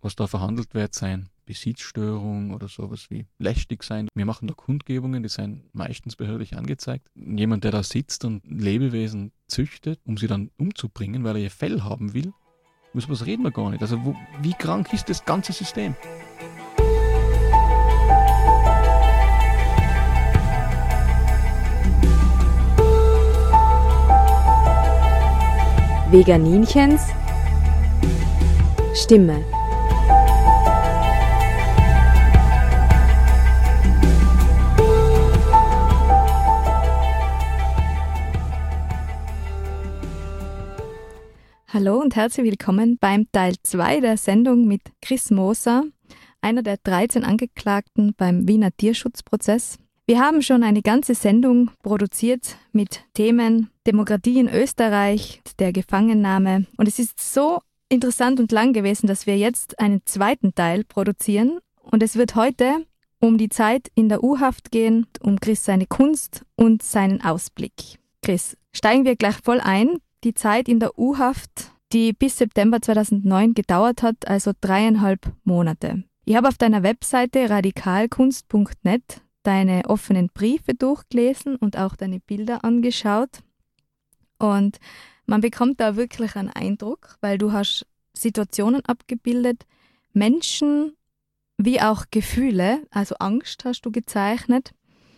was da verhandelt wird, sein Besitzstörung oder sowas wie lästig sein. Wir machen da Kundgebungen, die sind meistens behördlich angezeigt. Jemand, der da sitzt und Lebewesen züchtet, um sie dann umzubringen, weil er ihr Fell haben will, über sowas reden wir gar nicht. Also wie krank ist das ganze System? Veganinchens Stimme. Hallo und herzlich willkommen beim Teil 2 der Sendung mit Chris Moser, einer der 13 Angeklagten beim Wiener Tierschutzprozess. Wir haben schon eine ganze Sendung produziert mit Themen Demokratie in Österreich, der Gefangennahme. Und es ist so interessant und lang gewesen, dass wir jetzt einen zweiten Teil produzieren. Und es wird heute um die Zeit in der U-Haft gehen, um Chris seine Kunst und seinen Ausblick. Chris, steigen wir gleich voll ein. Die Zeit in der U-Haft, die bis September 2009 gedauert hat, also 3,5 Monate. Ich habe auf deiner Webseite radikalkunst.net deine offenen Briefe durchgelesen und auch deine Bilder angeschaut. Und man bekommt da wirklich einen Eindruck, weil du hast Situationen abgebildet, Menschen wie auch Gefühle, also Angst hast du gezeichnet.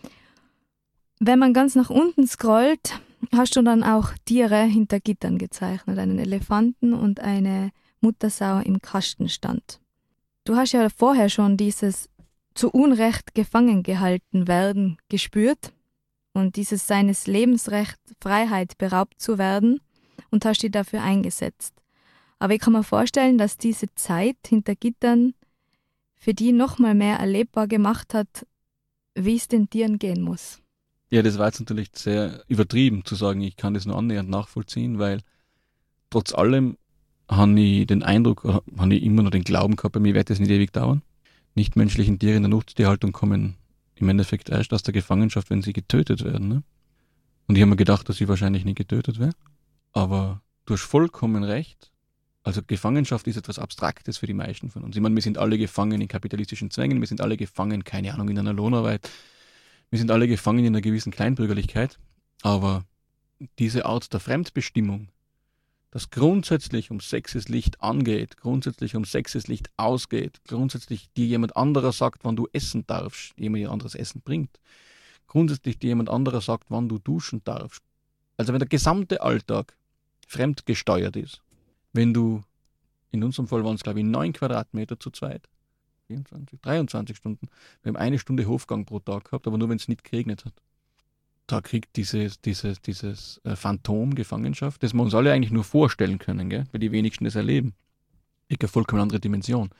Wenn man ganz nach unten scrollt, hast du dann auch Tiere hinter Gittern gezeichnet, einen Elefanten und eine Muttersau im Kastenstand. Du hast ja vorher schon dieses zu Unrecht gefangen gehalten werden gespürt und dieses seines Lebensrecht, Freiheit beraubt zu werden und hast dich dafür eingesetzt. Aber ich kann mir vorstellen, dass diese Zeit hinter Gittern für die noch mal mehr erlebbar gemacht hat, wie es den Tieren gehen muss. Ja, das war jetzt natürlich sehr übertrieben zu sagen, ich kann das nur annähernd nachvollziehen, weil trotz allem habe ich den Eindruck, habe ich immer noch den Glauben gehabt, bei mir wird das nicht ewig dauern. Nichtmenschlichen Tiere in der Nutztierhaltung kommen im Endeffekt erst aus der Gefangenschaft, wenn sie getötet werden. Ne? Und ich habe mir gedacht, dass ich wahrscheinlich nie getötet wäre. Aber du hast vollkommen recht. Also Gefangenschaft ist etwas Abstraktes für die meisten von uns. Ich meine, wir sind alle gefangen in kapitalistischen Zwängen, wir sind alle gefangen, keine Ahnung, in einer Lohnarbeit. Wir sind alle gefangen in einer gewissen Kleinbürgerlichkeit. Aber diese Art der Fremdbestimmung, dass grundsätzlich um sechstes Licht angeht, grundsätzlich um sechstes Licht ausgeht, grundsätzlich dir jemand anderer sagt, wann du essen darfst, jemand dir anderes Essen bringt, grundsätzlich dir jemand anderer sagt, wann du duschen darfst. Also wenn der gesamte Alltag fremdgesteuert ist, wenn du, in unserem Fall waren es glaube ich 9 Quadratmeter zu zweit, 24, 23 Stunden, wir haben 1 Stunde Hofgang pro Tag gehabt, aber nur wenn es nicht geregnet hat. Da kriegt dieses Phantom Gefangenschaft, das wir uns alle eigentlich nur vorstellen können, gell? Weil die wenigsten das erleben. Eine vollkommen andere Dimension.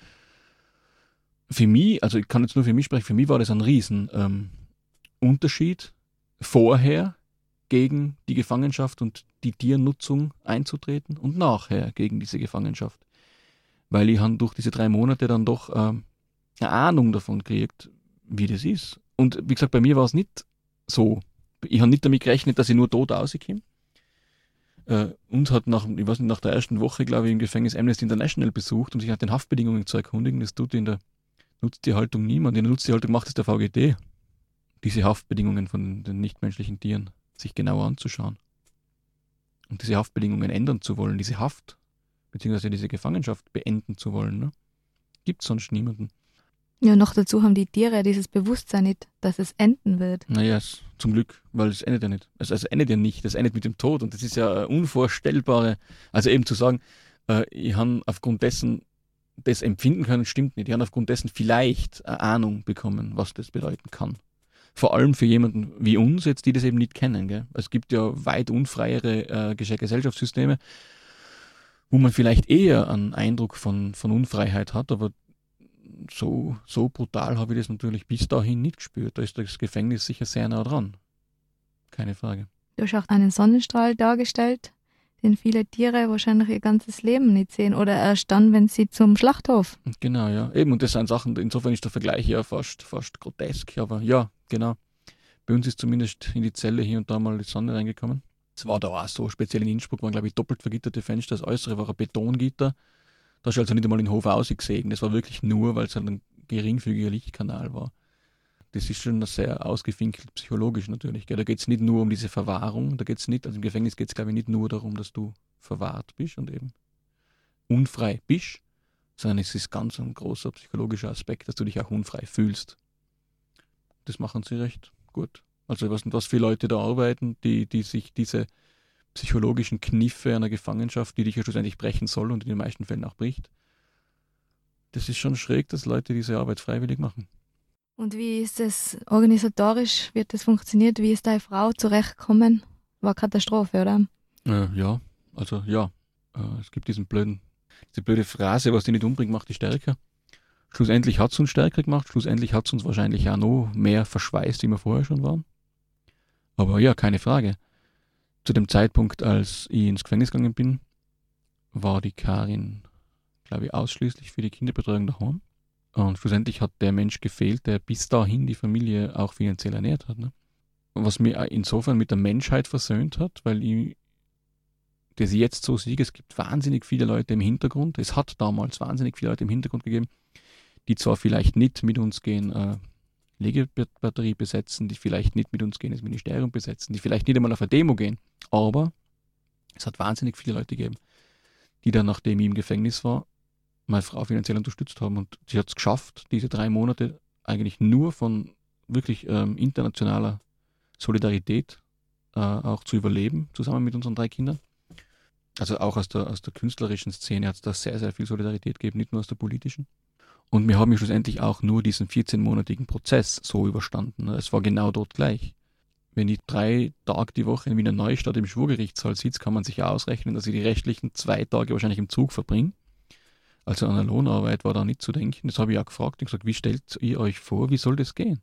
Für mich, also ich kann jetzt nur für mich sprechen, für mich war das ein riesen Unterschied, vorher gegen die Gefangenschaft und die Tiernutzung einzutreten und nachher gegen diese Gefangenschaft. Weil ich durch diese 3 Monate dann doch eine Ahnung davon gekriegt, wie das ist. Und wie gesagt, bei mir war es nicht so. Ich habe nicht damit gerechnet, dass ich nur tot rauskomme. Uns hat nach der ersten Woche, glaube ich, im Gefängnis Amnesty International besucht, um sich nach den Haftbedingungen zu erkundigen. Das tut in der Nutztierhaltung niemand. In der Nutztierhaltung macht es der VGT, diese Haftbedingungen von den nichtmenschlichen Tieren sich genauer anzuschauen. Und diese Haftbedingungen ändern zu wollen, diese Haft, beziehungsweise diese Gefangenschaft beenden zu wollen, ne? Gibt es sonst niemanden. Ja, noch dazu haben die Tiere dieses Bewusstsein nicht, dass es enden wird. Naja, zum Glück, weil es endet ja nicht. Also es endet ja nicht, das endet mit dem Tod und das ist ja unvorstellbare, also eben zu sagen, ich habe aufgrund dessen das empfinden können, stimmt nicht. Ich habe aufgrund dessen vielleicht eine Ahnung bekommen, was das bedeuten kann. Vor allem für jemanden wie uns jetzt, die das eben nicht kennen. Gell? Es gibt ja weit unfreiere Gesellschaftssysteme, wo man vielleicht eher einen Eindruck von Unfreiheit hat, aber so brutal habe ich das natürlich bis dahin nicht gespürt. Da ist das Gefängnis sicher sehr nah dran. Keine Frage. Du hast auch einen Sonnenstrahl dargestellt, den viele Tiere wahrscheinlich ihr ganzes Leben nicht sehen oder erst dann, wenn sie zum Schlachthof. Genau, ja. Eben, und das sind Sachen, insofern ist der Vergleich ja fast grotesk, aber ja, genau. Bei uns ist zumindest in die Zelle hier und da mal die Sonne reingekommen. Es war da auch so, speziell in Innsbruck waren, glaube ich, doppelt vergitterte Fenster. Das Äußere war ein Betongitter. Da hast du also nicht einmal in den Hof ausgesehen. Das war wirklich nur, weil es halt ein geringfügiger Lichtkanal war. Das ist schon sehr ausgefinkelt psychologisch natürlich. Gell? Da geht es nicht nur um diese Verwahrung, da geht es nicht, also im Gefängnis geht es glaube ich nicht nur darum, dass du verwahrt bist und eben unfrei bist, sondern es ist ganz ein großer psychologischer Aspekt, dass du dich auch unfrei fühlst. Das machen sie recht gut. Also was viele Leute da arbeiten, die sich diese psychologischen Kniffe einer Gefangenschaft, die dich ja schlussendlich brechen soll und in den meisten Fällen auch bricht, das ist schon schräg, dass Leute diese Arbeit freiwillig machen. Und wie ist es organisatorisch? Wird das funktioniert? Wie ist deine Frau zurechtgekommen? War Katastrophe, oder? Ja, also ja. Es gibt diese blöde Phrase, was dich nicht umbringt, macht dich stärker. Schlussendlich hat es uns stärker gemacht, schlussendlich hat es uns wahrscheinlich auch noch mehr verschweißt, wie wir vorher schon waren. Aber ja, keine Frage. Zu dem Zeitpunkt, als ich ins Gefängnis gegangen bin, war die Karin, glaube ich, ausschließlich für die Kinderbetreuung daheim. Und schlussendlich hat der Mensch gefehlt, der bis dahin die Familie auch finanziell ernährt hat. Ne? Was mich insofern mit der Menschheit versöhnt hat, weil ich das jetzt so sehe, es gibt wahnsinnig viele Leute im Hintergrund. Es hat damals wahnsinnig viele Leute im Hintergrund gegeben, die zwar vielleicht nicht mit uns gehen, Legebatterie besetzen, die vielleicht nicht mit uns gehen, das Ministerium besetzen, die vielleicht nicht einmal auf eine Demo gehen, aber es hat wahnsinnig viele Leute gegeben, die dann, nachdem ich im Gefängnis war, meine Frau finanziell unterstützt haben. Und sie hat es geschafft, diese 3 Monate eigentlich nur von wirklich internationaler Solidarität auch zu überleben, zusammen mit unseren 3 Kindern. Also auch aus der künstlerischen Szene hat es da sehr, sehr viel Solidarität gegeben, nicht nur aus der politischen. Und wir haben ja schlussendlich auch nur diesen 14-monatigen Prozess so überstanden. Es war genau dort gleich. Wenn ich 3 Tage die Woche in Wiener Neustadt im Schwurgerichtssaal sitze, kann man sich ausrechnen, dass ich die restlichen 2 Tage wahrscheinlich im Zug verbringe. Also an der Lohnarbeit war da nicht zu denken. Das habe ich auch gefragt und gesagt, wie stellt ihr euch vor, wie soll das gehen?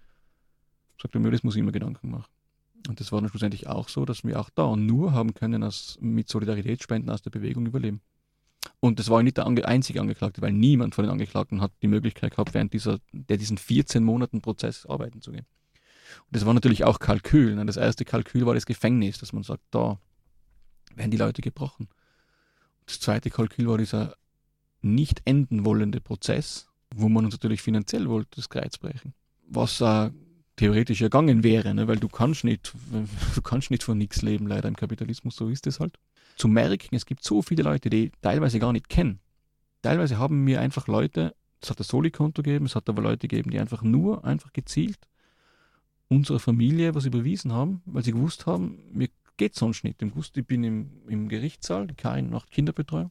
Sagt er mir, das muss ich immer Gedanken machen. Und das war dann schlussendlich auch so, dass wir auch da nur haben können, mit Solidaritätsspenden aus der Bewegung überleben. Und das war nicht der einzige Angeklagte, weil niemand von den Angeklagten hat die Möglichkeit gehabt, während diesen 14 Monaten Prozess arbeiten zu gehen. Und das war natürlich auch Kalkül. Ne? Das erste Kalkül war das Gefängnis, dass man sagt, da werden die Leute gebrochen. Das zweite Kalkül war dieser nicht enden wollende Prozess, wo man uns natürlich finanziell wollte, das Kreuz brechen. Was theoretisch ergangen wäre, ne? Weil du kannst nicht von nichts leben, leider im Kapitalismus, so ist es halt. Zu merken, es gibt so viele Leute, die teilweise gar nicht kennen. Teilweise haben mir einfach Leute, es hat ein Soli-Konto gegeben, es hat aber Leute gegeben, die einfach gezielt unserer Familie was überwiesen haben, weil sie gewusst haben, mir geht sonst nicht. Ich bin im Gerichtssaal, die Karin macht Kinderbetreuung.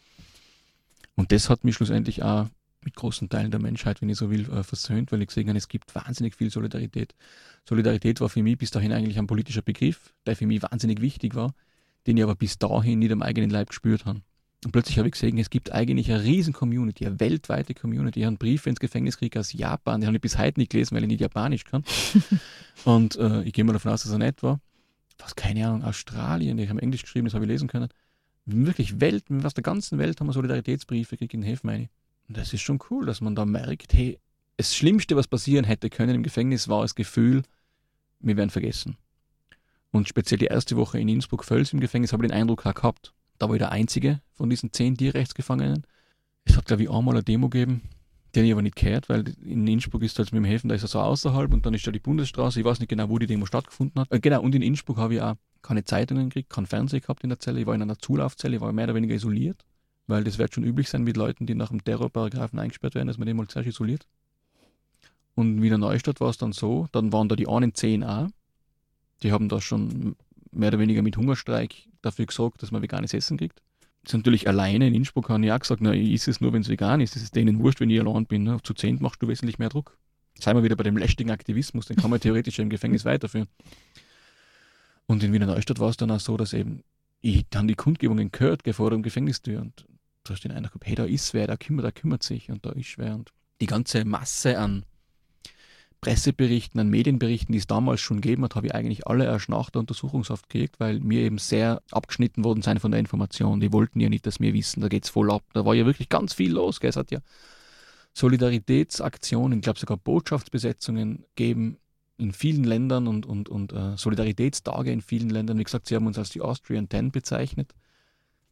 Und das hat mich schlussendlich auch mit großen Teilen der Menschheit, wenn ich so will, versöhnt, weil ich gesehen habe, es gibt wahnsinnig viel Solidarität. Solidarität war für mich bis dahin eigentlich ein politischer Begriff, der für mich wahnsinnig wichtig war, den ich aber bis dahin nicht am eigenen Leib gespürt habe. Und plötzlich habe ich gesehen, es gibt eigentlich eine riesen Community, eine weltweite Community. Ich habe Briefe ins Gefängnis gekriegt aus Japan, die habe ich bis heute nicht gelesen, weil ich nicht Japanisch kann. Und ich gehe mal davon aus, dass er nett war. Was, keine Ahnung, Australien, die haben Englisch geschrieben, das habe ich lesen können. Wirklich aus der ganzen Welt haben wir Solidaritätsbriefe gekriegt in den Häfen rein. Und das ist schon cool, dass man da merkt, hey, das Schlimmste, was passieren hätte können im Gefängnis, war das Gefühl, wir werden vergessen. Und speziell die erste Woche in Innsbruck-Völs im Gefängnis habe ich den Eindruck auch gehabt. Da war ich der Einzige von diesen 10 Tierrechtsgefangenen. Es hat, glaube ich, einmal eine Demo gegeben, die habe ich aber nicht gehört, weil in Innsbruck ist halt mit dem Häfen, da ist er so außerhalb und dann ist da die Bundesstraße. Ich weiß nicht genau, wo die Demo stattgefunden hat. Genau, und in Innsbruck habe ich auch keine Zeitungen gekriegt, kein Fernseher gehabt in der Zelle. Ich war in einer Zulaufzelle, ich war mehr oder weniger isoliert, weil das wird schon üblich sein mit Leuten, die nach dem Terrorparagraphen eingesperrt werden, dass man den mal zuerst isoliert. Und in Wiener Neustadt war es dann so, dann waren da die einen 10 auch, die haben da schon mehr oder weniger mit Hungerstreik dafür gesorgt, dass man veganes Essen kriegt. Das ist natürlich alleine in Innsbruck, habe ich auch gesagt, na, ich esse es nur, wenn es vegan ist. Das ist denen wurscht, wenn ich allein bin. Ne? Zu 10 machst du wesentlich mehr Druck. Seien wir wieder bei dem lästigen Aktivismus, den kann man theoretisch im Gefängnis weiterführen. Und in Wiener Neustadt war es dann auch so, dass eben ich dann die Kundgebungen gehört, vor der Gefängnistür und da hast du den Eindruck gehabt, hey, da ist wer, der kümmert sich und da ist wer. Und die ganze Masse an Presseberichten, an Medienberichten, die es damals schon gegeben hat, habe ich eigentlich alle erst nach der Untersuchungshaft gekriegt, weil mir eben sehr abgeschnitten worden sind von der Information. Die wollten ja nicht, dass wir wissen, da geht's voll ab. Da war ja wirklich ganz viel los. Gell? Es hat ja Solidaritätsaktionen, ich glaube sogar Botschaftsbesetzungen gegeben in vielen Ländern und Solidaritätstage in vielen Ländern. Wie gesagt, sie haben uns als die Austrian 10 bezeichnet.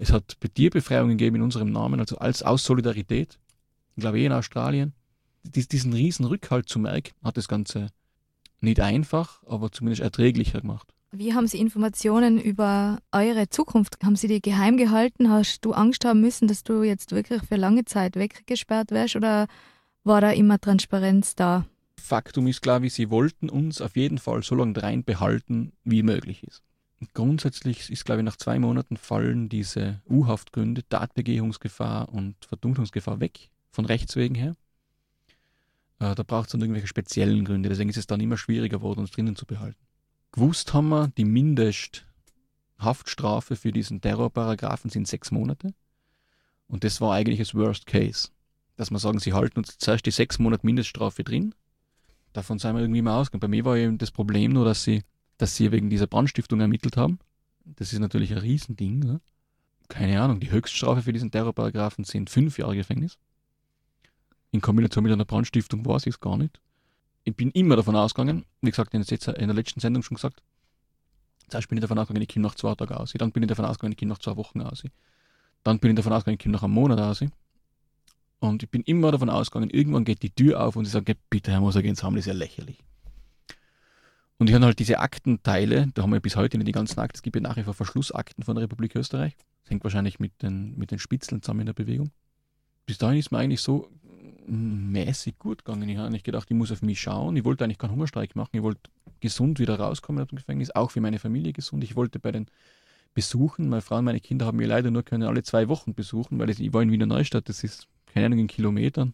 Es hat Tierbefreiungen gegeben in unserem Namen, also aus Solidarität. Ich glaube, in Australien. Diesen riesen Rückhalt zu merken, hat das Ganze nicht einfach, aber zumindest erträglicher gemacht. Wie haben Sie Informationen über eure Zukunft? Haben Sie die geheim gehalten? Hast du Angst haben müssen, dass du jetzt wirklich für lange Zeit weggesperrt wärst? Oder war da immer Transparenz da? Faktum ist, glaube ich, sie wollten uns auf jeden Fall so lange rein behalten, wie möglich ist. Und grundsätzlich ist, glaube ich, nach 2 Monaten fallen diese U-Haftgründe, Tatbegehungsgefahr und Verdunklungsgefahr weg, von Rechts wegen her. Da braucht es dann irgendwelche speziellen Gründe. Deswegen ist es dann immer schwieriger geworden, uns drinnen zu behalten. Gewusst haben wir, die Mindesthaftstrafe für diesen Terrorparagraphen sind 6 Monate. Und das war eigentlich das Worst Case. Dass wir sagen, sie halten uns zuerst die 6 Monate Mindeststrafe drin. Davon sind wir irgendwie mal ausgegangen. Bei mir war eben das Problem nur, dass sie wegen dieser Brandstiftung ermittelt haben. Das ist natürlich ein Riesending. Ne? Keine Ahnung, die Höchststrafe für diesen Terrorparagraphen sind 5 Jahre Gefängnis. In Kombination mit einer Brandstiftung weiß ich es gar nicht. Ich bin immer davon ausgegangen, wie gesagt, in der letzten Sendung schon gesagt, zuerst bin ich davon ausgegangen, ich komme nach 2 Tagen aus. Dann bin ich davon ausgegangen, ich komme nach 2 Wochen aus. Dann bin ich davon ausgegangen, ich komme nach einem Monat aus. Und ich bin immer davon ausgegangen, irgendwann geht die Tür auf und sie sagen, bitte, Herr Moser, gehen Sie haben, das ist ja lächerlich. Und ich habe halt diese Aktenteile, da haben wir bis heute nicht die ganzen Akten, es gibt ja nach wie vor Verschlussakten von der Republik Österreich. Das hängt wahrscheinlich mit den Spitzeln zusammen in der Bewegung. Bis dahin ist mir eigentlich so mäßig gut gegangen. Ich habe nicht gedacht, ich muss auf mich schauen. Ich wollte eigentlich keinen Hungerstreik machen. Ich wollte gesund wieder rauskommen aus dem Gefängnis, auch für meine Familie gesund. Ich wollte bei den Besuchen, meine Frau und meine Kinder haben mir leider nur können alle 2 Wochen besuchen, weil ich war in Wiener Neustadt, das ist, keine Ahnung, in Kilometern.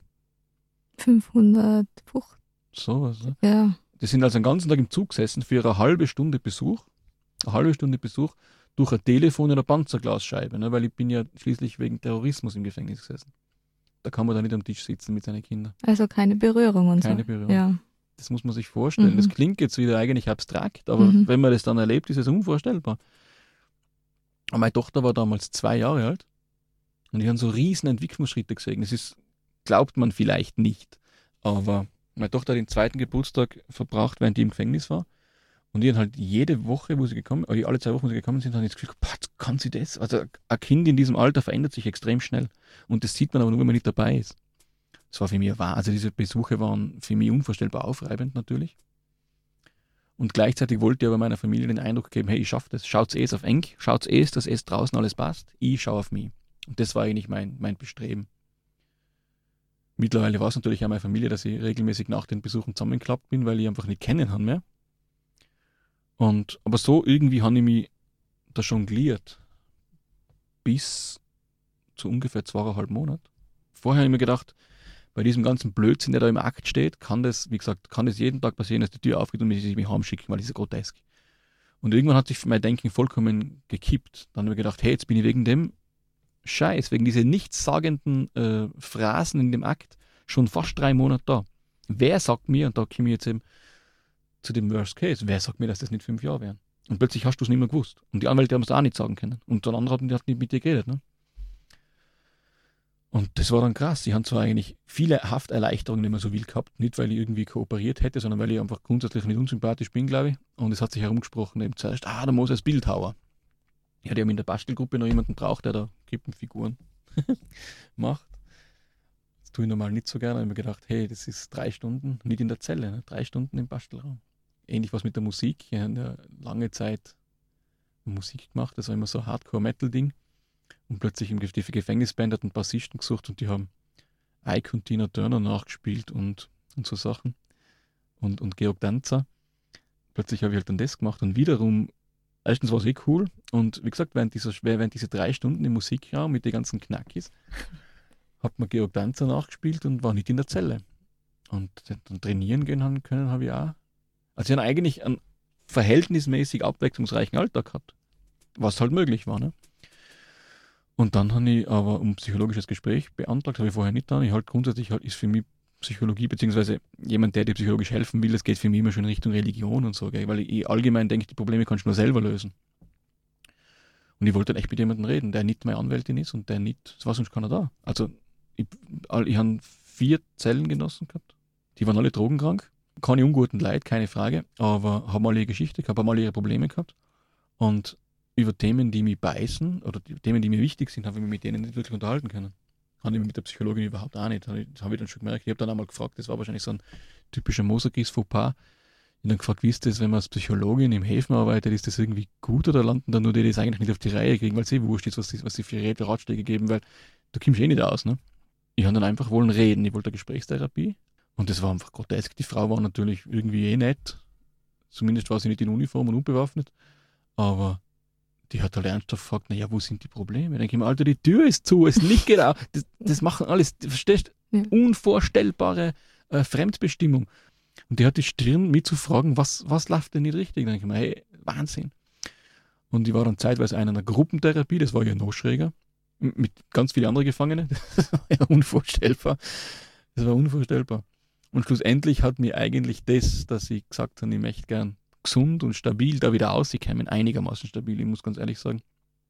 550. Sowas, ne? Ja. Die sind also den ganzen Tag im Zug gesessen für eine halbe Stunde Besuch durch ein Telefon oder Panzerglasscheibe, ne? Weil ich bin ja schließlich wegen Terrorismus im Gefängnis gesessen. Da kann man da nicht am Tisch sitzen mit seinen Kindern. Also keine Berührung und Keine so. Berührung. Ja. Das muss man sich vorstellen. Das klingt jetzt wieder eigentlich abstrakt, aber wenn man das dann erlebt, ist es unvorstellbar. Und meine Tochter war damals 2 Jahre alt und die haben so riesen Entwicklungsschritte gesehen. Das glaubt man vielleicht nicht, aber meine Tochter hat den 2. Geburtstag verbracht, während die im Gefängnis war. Und die haben halt jede Woche, alle 2 Wochen, wo sie gekommen sind, haben jetzt gefühlt, kann sie das? Also ein Kind in diesem Alter verändert sich extrem schnell. Und das sieht man aber nur, wenn man nicht dabei ist. Das war für mich wahr. Also diese Besuche waren für mich unvorstellbar aufreibend natürlich. Und gleichzeitig wollte ich aber meiner Familie den Eindruck geben, hey, ich schaffe das. Schaut es auf eng, schaut dass es draußen alles passt. Ich schaue auf mich. Und das war eigentlich mein Bestreben. Mittlerweile war es natürlich auch meine Familie, dass ich regelmäßig nach den Besuchen zusammengeklappt bin, weil ich einfach nicht kennen habe mehr. Aber so irgendwie habe ich mich da jongliert. Bis zu ungefähr 2,5 Monaten. Vorher habe ich mir gedacht, bei diesem ganzen Blödsinn, der da im Akt steht, kann das jeden Tag passieren, dass die Tür aufgeht und mich heimschicken, weil das ist grotesk. Und irgendwann hat sich mein Denken vollkommen gekippt. Dann habe ich gedacht, hey, jetzt bin ich wegen dem Scheiß, wegen dieser nichtssagenden Phrasen in dem Akt schon fast 3 Monate da. Wer sagt mir, und da komme ich jetzt eben zu dem Worst Case, wer sagt mir, dass das nicht 5 Jahre wären? Und plötzlich hast du es nicht mehr gewusst. Und die Anwälte haben es auch nicht sagen können. Und der andere hat nicht mit dir geredet. Ne? Und das war dann krass. Die haben zwar eigentlich viele Hafterleichterungen, die man so will, gehabt. Nicht, weil ich irgendwie kooperiert hätte, sondern weil ich einfach grundsätzlich nicht unsympathisch bin, glaube ich. Und es hat sich herumgesprochen, eben zuerst, der Moses Bildhauer. Ja, die haben in der Bastelgruppe noch jemanden braucht, der da Krippenfiguren macht. Das tue ich normal nicht so gerne. Da habe ich mir gedacht, hey, das ist 3 Stunden, nicht in der Zelle, ne? 3 Stunden im Bastelraum. Ähnlich was mit der Musik. Wir haben ja lange Zeit Musik gemacht, das war immer so ein Hardcore-Metal-Ding. Und plötzlich im Gefängnisband hat einen Bassisten gesucht und die haben Ike und Tina Turner nachgespielt und so Sachen. Und Georg Danzer. Plötzlich habe ich halt dann das gemacht und wiederum, erstens war es cool und wie gesagt, während diese 3 Stunden im Musikraum mit den ganzen Knackis, hat man Georg Danzer nachgespielt und war nicht in der Zelle. Und dann trainieren gehen können habe ich auch. Also ich habe eigentlich einen verhältnismäßig abwechslungsreichen Alltag gehabt, was halt möglich war. Ne? Und dann habe ich aber um psychologisches Gespräch beantragt, habe ich vorher nicht getan. Ich halt grundsätzlich ist für mich Psychologie, beziehungsweise jemand, der dir psychologisch helfen will, das geht für mich immer schon in Richtung Religion und so, gell? Weil ich allgemein denke, die Probleme kannst du nur selber lösen. Und ich wollte halt echt mit jemandem reden, der nicht meine Anwältin ist und der nicht, das war sonst keiner da. Also ich habe 4 Zellengenossen gehabt, die waren alle drogenkrank, keine unguten Leute, keine Frage, aber haben alle ihre Geschichte gehabt, haben alle ihre Probleme gehabt. Und über Themen, die mich beißen oder die Themen, die mir wichtig sind, habe ich mich mit denen nicht wirklich unterhalten können. Habe ich mich mit der Psychologin überhaupt auch nicht. Das habe ich dann schon gemerkt. Ich habe dann einmal gefragt, das war wahrscheinlich so ein typischer Moserkries-Fauxpas. Ich habe dann gefragt, wie ist das, wenn man als Psychologin im Häfen arbeitet, ist das irgendwie gut oder landen dann nur die, die das eigentlich nicht auf die Reihe kriegen, weil es wurscht ist, was sie für Ratschläge geben, weil du kommst eh nicht aus, ne? Ich habe dann einfach wollen reden, ich wollte eine Gesprächstherapie und das war einfach grotesk. Die Frau war natürlich irgendwie eh nett, zumindest war sie nicht in Uniform und unbewaffnet, aber die hat halt ernsthaft gefragt, naja, wo sind die Probleme? Dann denke ich mir, Alter, die Tür ist zu, es Licht geht auf. Das machen alles, verstehst du? Unvorstellbare Fremdbestimmung. Und die hat die Stirn, mich zu fragen, was läuft denn nicht richtig? Dann denke ich mir, hey, Wahnsinn. Und ich war dann zeitweise in einer Gruppentherapie, das war ja noch schräger, mit ganz vielen anderen Gefangenen. Das war ja unvorstellbar. Das war unvorstellbar. Und schlussendlich hat mir eigentlich das, dass ich gesagt habe, ich möchte gern gesund und stabil da wieder rauskommen, einigermaßen stabil, ich muss ganz ehrlich sagen.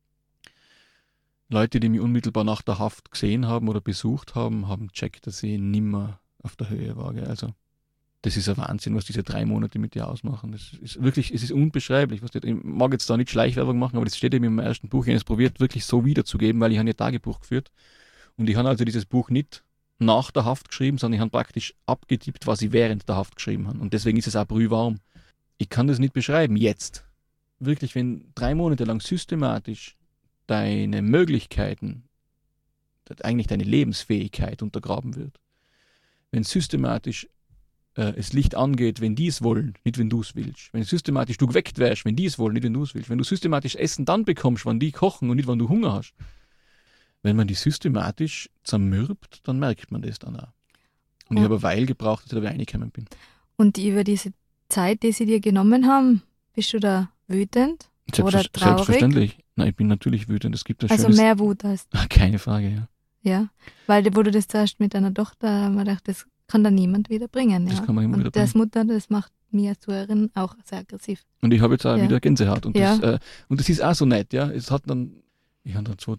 Leute, die mich unmittelbar nach der Haft gesehen haben oder besucht haben, haben gecheckt, dass ich nimmer auf der Höhe war. Gell? Also, das ist ein Wahnsinn, was diese 3 Monate mit dir ausmachen. Das ist wirklich, es ist unbeschreiblich. Ich mag jetzt da nicht Schleichwerbung machen, aber das steht eben im ersten Buch. Ich habe es probiert, wirklich so wiederzugeben, weil ich habe ein Tagebuch geführt. Und ich habe also dieses Buch nicht nach der Haft geschrieben, sondern ich habe praktisch abgetippt, was ich während der Haft geschrieben habe. Und deswegen ist es auch brühwarm. Ich kann das nicht beschreiben, jetzt. Wirklich, wenn 3 Monate lang systematisch deine Möglichkeiten, eigentlich deine Lebensfähigkeit untergraben wird, wenn systematisch das Licht angeht, wenn die es wollen, nicht wenn du es willst, wenn systematisch du geweckt wärst, wenn die es wollen, nicht wenn du es willst, wenn du systematisch Essen dann bekommst, wenn die kochen und nicht, wenn du Hunger hast, wenn man die systematisch zermürbt, dann merkt man das dann auch. Und ich habe eine Weile gebraucht, dass ich da reingekommen bin. Und über diese Zeit, die sie dir genommen haben, bist du da wütend oder traurig? Selbstverständlich. Nein, ich bin natürlich wütend. Es gibt ein also schönes... mehr Wut als... Keine Frage, ja. Ja, weil wo du das zuerst mit deiner Tochter, haben wir gedacht, das kann da niemand wieder bringen. Ja? Das kann man immer wieder bringen. Und als Mutter, das macht mir als Zuhörerin auch sehr aggressiv. Und ich habe jetzt auch wieder Gänsehaut. Und, ja. Das ist auch so nett, ja. Es hat dann, ich habe dann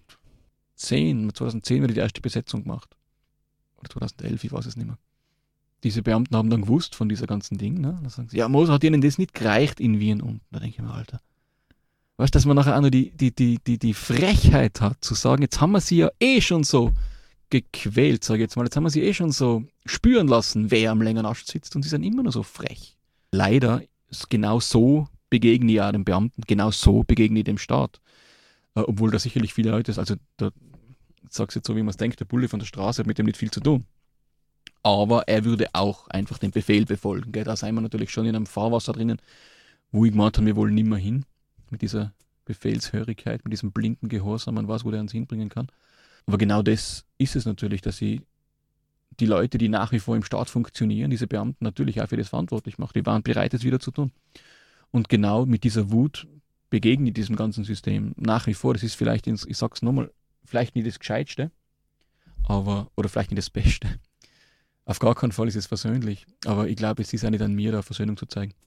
2010 wieder die erste Besetzung gemacht. Oder 2011, ich weiß es nicht mehr. Diese Beamten haben dann gewusst von dieser ganzen Ding, ne? Da sagen sie, ja, Moser hat ihnen das nicht gereicht in Wien unten. Da denke ich mir, Alter. Weißt du, dass man nachher auch noch die Frechheit hat, zu sagen, jetzt haben wir sie ja eh schon so gequält, sage ich jetzt mal. Jetzt haben wir sie eh schon so spüren lassen, wer am längeren Ast sitzt und sie sind immer nur so frech. Leider ist genau so begegne ich auch den Beamten, genau so begegne ich dem Staat. Obwohl da sicherlich viele Leute, also da sagst du jetzt so, wie man es denkt, der Bulle von der Straße hat mit dem nicht viel zu tun. Aber er würde auch einfach den Befehl befolgen. Gell? Da sind wir natürlich schon in einem Fahrwasser drinnen, wo ich gemeint habe, wir wollen nimmer hin mit dieser Befehlshörigkeit, mit diesem blinden Gehorsam, man weiß, wo der uns hinbringen kann. Aber genau das ist es natürlich, dass sie die Leute, die nach wie vor im Staat funktionieren, diese Beamten natürlich auch für das verantwortlich macht. Die waren bereit, es wieder zu tun. Und genau mit dieser Wut begegnen die diesem ganzen System nach wie vor. Das ist vielleicht, ich sag's nochmal, vielleicht nicht das Gescheitste, aber, oder vielleicht nicht das Beste. Auf gar keinen Fall ist es versöhnlich, aber ich glaube, es ist auch nicht an mir, da Versöhnung zu zeigen.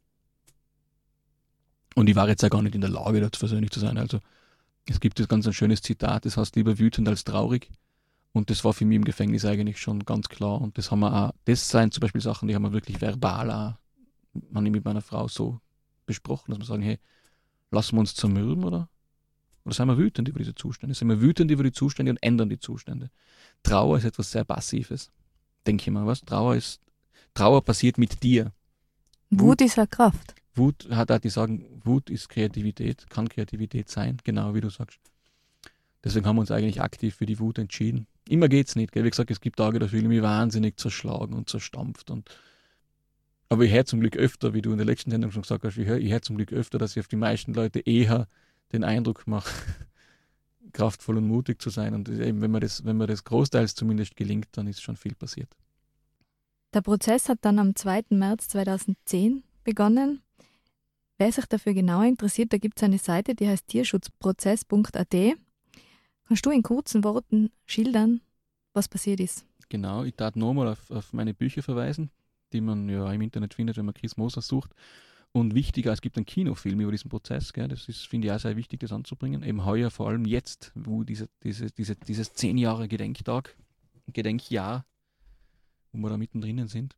Und ich war jetzt ja gar nicht in der Lage, da versöhnlich zu sein. Also es gibt das ganz ein schönes Zitat, das heißt lieber wütend als traurig. Und das war für mich im Gefängnis eigentlich schon ganz klar. Und das haben wir auch, das sind zum Beispiel Sachen, die haben wir wirklich verbal auch, habe ich mit meiner Frau so besprochen, dass wir sagen, hey, lassen wir uns zermürben oder sind wir wütend über diese Zustände? Sind wir wütend über die Zustände und ändern die Zustände? Trauer ist etwas sehr Passives, denke ich mal. Was? Trauer passiert mit dir. Wut ist eine Kraft. Wut hat auch die sagen, Wut ist Kreativität, kann Kreativität sein, genau wie du sagst. Deswegen haben wir uns eigentlich aktiv für die Wut entschieden. Immer geht's nicht, gell? Wie gesagt, es gibt Tage, da fühle ich mich wahnsinnig zerschlagen und zerstampft. Aber ich höre zum Glück öfter, wie du in der letzten Sendung schon gesagt hast, ich höre zum Glück öfter, dass ich auf die meisten Leute eher den Eindruck mache, kraftvoll und mutig zu sein. Und eben, wenn mir das großteils zumindest gelingt, dann ist schon viel passiert. Der Prozess hat dann am 2. März 2010 begonnen. Wer sich dafür genauer interessiert, da gibt es eine Seite, die heißt tierschutzprozess.at. Kannst du in kurzen Worten schildern, was passiert ist? Genau, ich darf nochmal auf meine Bücher verweisen, die man ja im Internet findet, wenn man Chris Moser sucht. Und wichtiger, es gibt einen Kinofilm über diesen Prozess, gell? Das ist, finde ich, auch sehr wichtig, das anzubringen. Eben heuer, vor allem jetzt, wo dieses 10 Jahre Gedenkjahr, wo wir da mittendrin sind.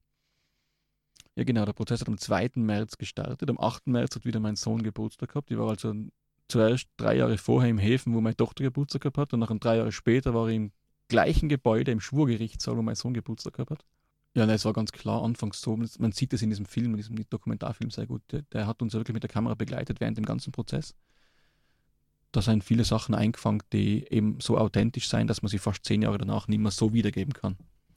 Ja genau, der Prozess hat am 2. März gestartet. Am 8. März hat wieder mein Sohn Geburtstag gehabt. Ich war also zuerst 3 Jahre vorher im Häfen, wo meine Tochter Geburtstag gehabt hat, und nach 3 Jahre später war ich im gleichen Gebäude, im Schwurgerichtssaal, wo mein Sohn Geburtstag gehabt hat. Ja, es war ganz klar anfangs so, man sieht das in diesem Film, in diesem Dokumentarfilm sehr gut, der hat uns wirklich mit der Kamera begleitet während dem ganzen Prozess. Da sind viele Sachen eingefangen, die eben so authentisch sein, dass man sie fast 10 Jahre danach nicht mehr so wiedergeben kann.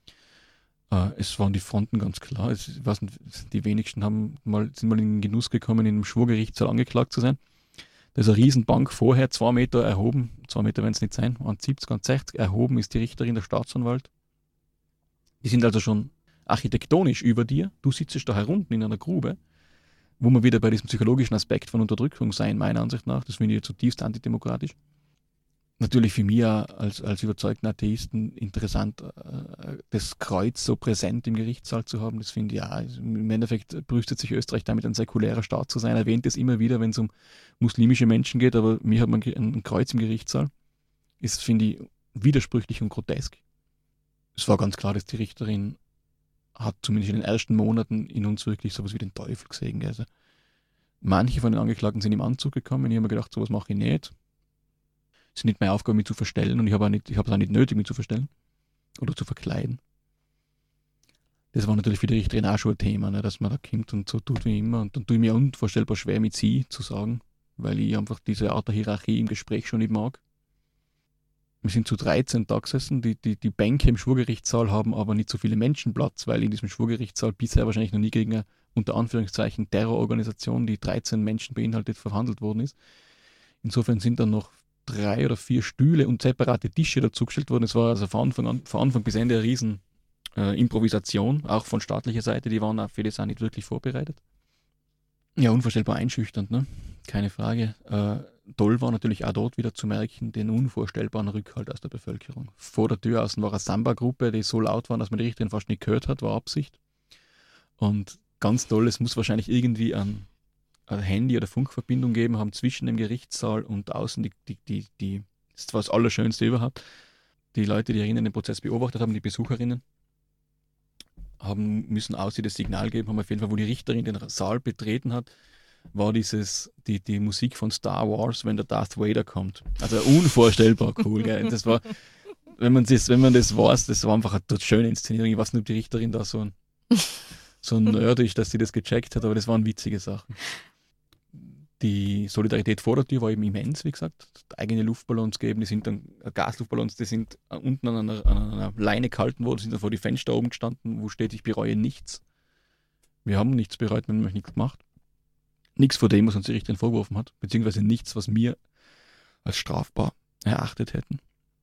Es waren die Fronten ganz klar. Ich weiß nicht, die wenigsten sind mal in den Genuss gekommen, in einem Schwurgerichtssaal angeklagt zu sein. Da ist eine Riesenbank vorher, 2 Meter erhoben, 2 Meter werden es nicht sein, 1,70, 1,60 erhoben ist die Richterin, der Staatsanwalt. Die sind also schon architektonisch über dir. Du sitzt da herunten in einer Grube, wo wir wieder bei diesem psychologischen Aspekt von Unterdrückung sein, meiner Ansicht nach. Das finde ich zutiefst antidemokratisch. Natürlich für mich als überzeugten Atheisten interessant, das Kreuz so präsent im Gerichtssaal zu haben. Das finde ich ja, im Endeffekt brüstet sich Österreich damit, ein säkulärer Staat zu sein. Erwähnt es immer wieder, wenn es um muslimische Menschen geht, aber mir hat man ein Kreuz im Gerichtssaal. Ist, finde ich, widersprüchlich und grotesk. Es war ganz klar, dass die Richterin hat zumindest in den ersten Monaten in uns wirklich sowas wie den Teufel gesehen. Also manche von den Angeklagten sind im Anzug gekommen. Ich habe mir gedacht, sowas mache ich nicht. Es ist nicht meine Aufgabe, mich zu verstellen, und ich habe es auch nicht nötig, mich zu verstellen oder zu verkleiden. Das war natürlich für die Richterin auch schon ein Thema, ne, dass man da kommt und so tut wie immer. Und dann tue ich mir unvorstellbar schwer, mit sie zu sagen, weil ich einfach diese Art der Hierarchie im Gespräch schon nicht mag. Wir sind zu 13 da gesessen. Die Bänke im Schwurgerichtssaal haben aber nicht so viele Menschen Platz, weil in diesem Schwurgerichtssaal bisher wahrscheinlich noch nie gegen eine, unter Anführungszeichen, Terrororganisation, die 13 Menschen beinhaltet, verhandelt worden ist. Insofern sind dann noch 3 oder 4 Stühle und separate Tische dazugestellt worden. Es war also von Anfang bis Ende eine riesen Improvisation, auch von staatlicher Seite. Die waren auch für das auch nicht wirklich vorbereitet. Ja, unvorstellbar einschüchternd, ne? Keine Frage. Toll war natürlich auch dort wieder zu merken, den unvorstellbaren Rückhalt aus der Bevölkerung. Vor der Tür außen war eine Samba-Gruppe, die so laut war, dass man die Richterin fast nicht gehört hat, war Absicht. Und ganz toll, es muss wahrscheinlich irgendwie eine Handy- oder Funkverbindung geben haben zwischen dem Gerichtssaal und außen das war das Allerschönste überhaupt. Die Leute, die den Prozess beobachtet haben, die Besucherinnen, müssen aussehen das Signal geben, haben auf jeden Fall, wo die Richterin den Saal betreten hat, war die Musik von Star Wars, wenn der Darth Vader kommt. Also unvorstellbar cool, gell? Das war, wenn man das weiß, das war einfach eine schöne Inszenierung. Ich weiß nicht, ob die Richterin da so ein Nerd ist, dass sie das gecheckt hat, aber das waren witzige Sachen. Die Solidarität vor der Tür war eben immens, wie gesagt. Eigene Luftballons geben, die sind dann Gasluftballons, die sind unten an einer Leine gehalten worden, sind dann vor die Fenster oben gestanden, wo steht, ich bereue nichts. Wir haben nichts bereut, wenn man nichts gemacht. Nichts von dem, was uns die Richterin vorgeworfen hat, beziehungsweise nichts, was wir als strafbar erachtet hätten.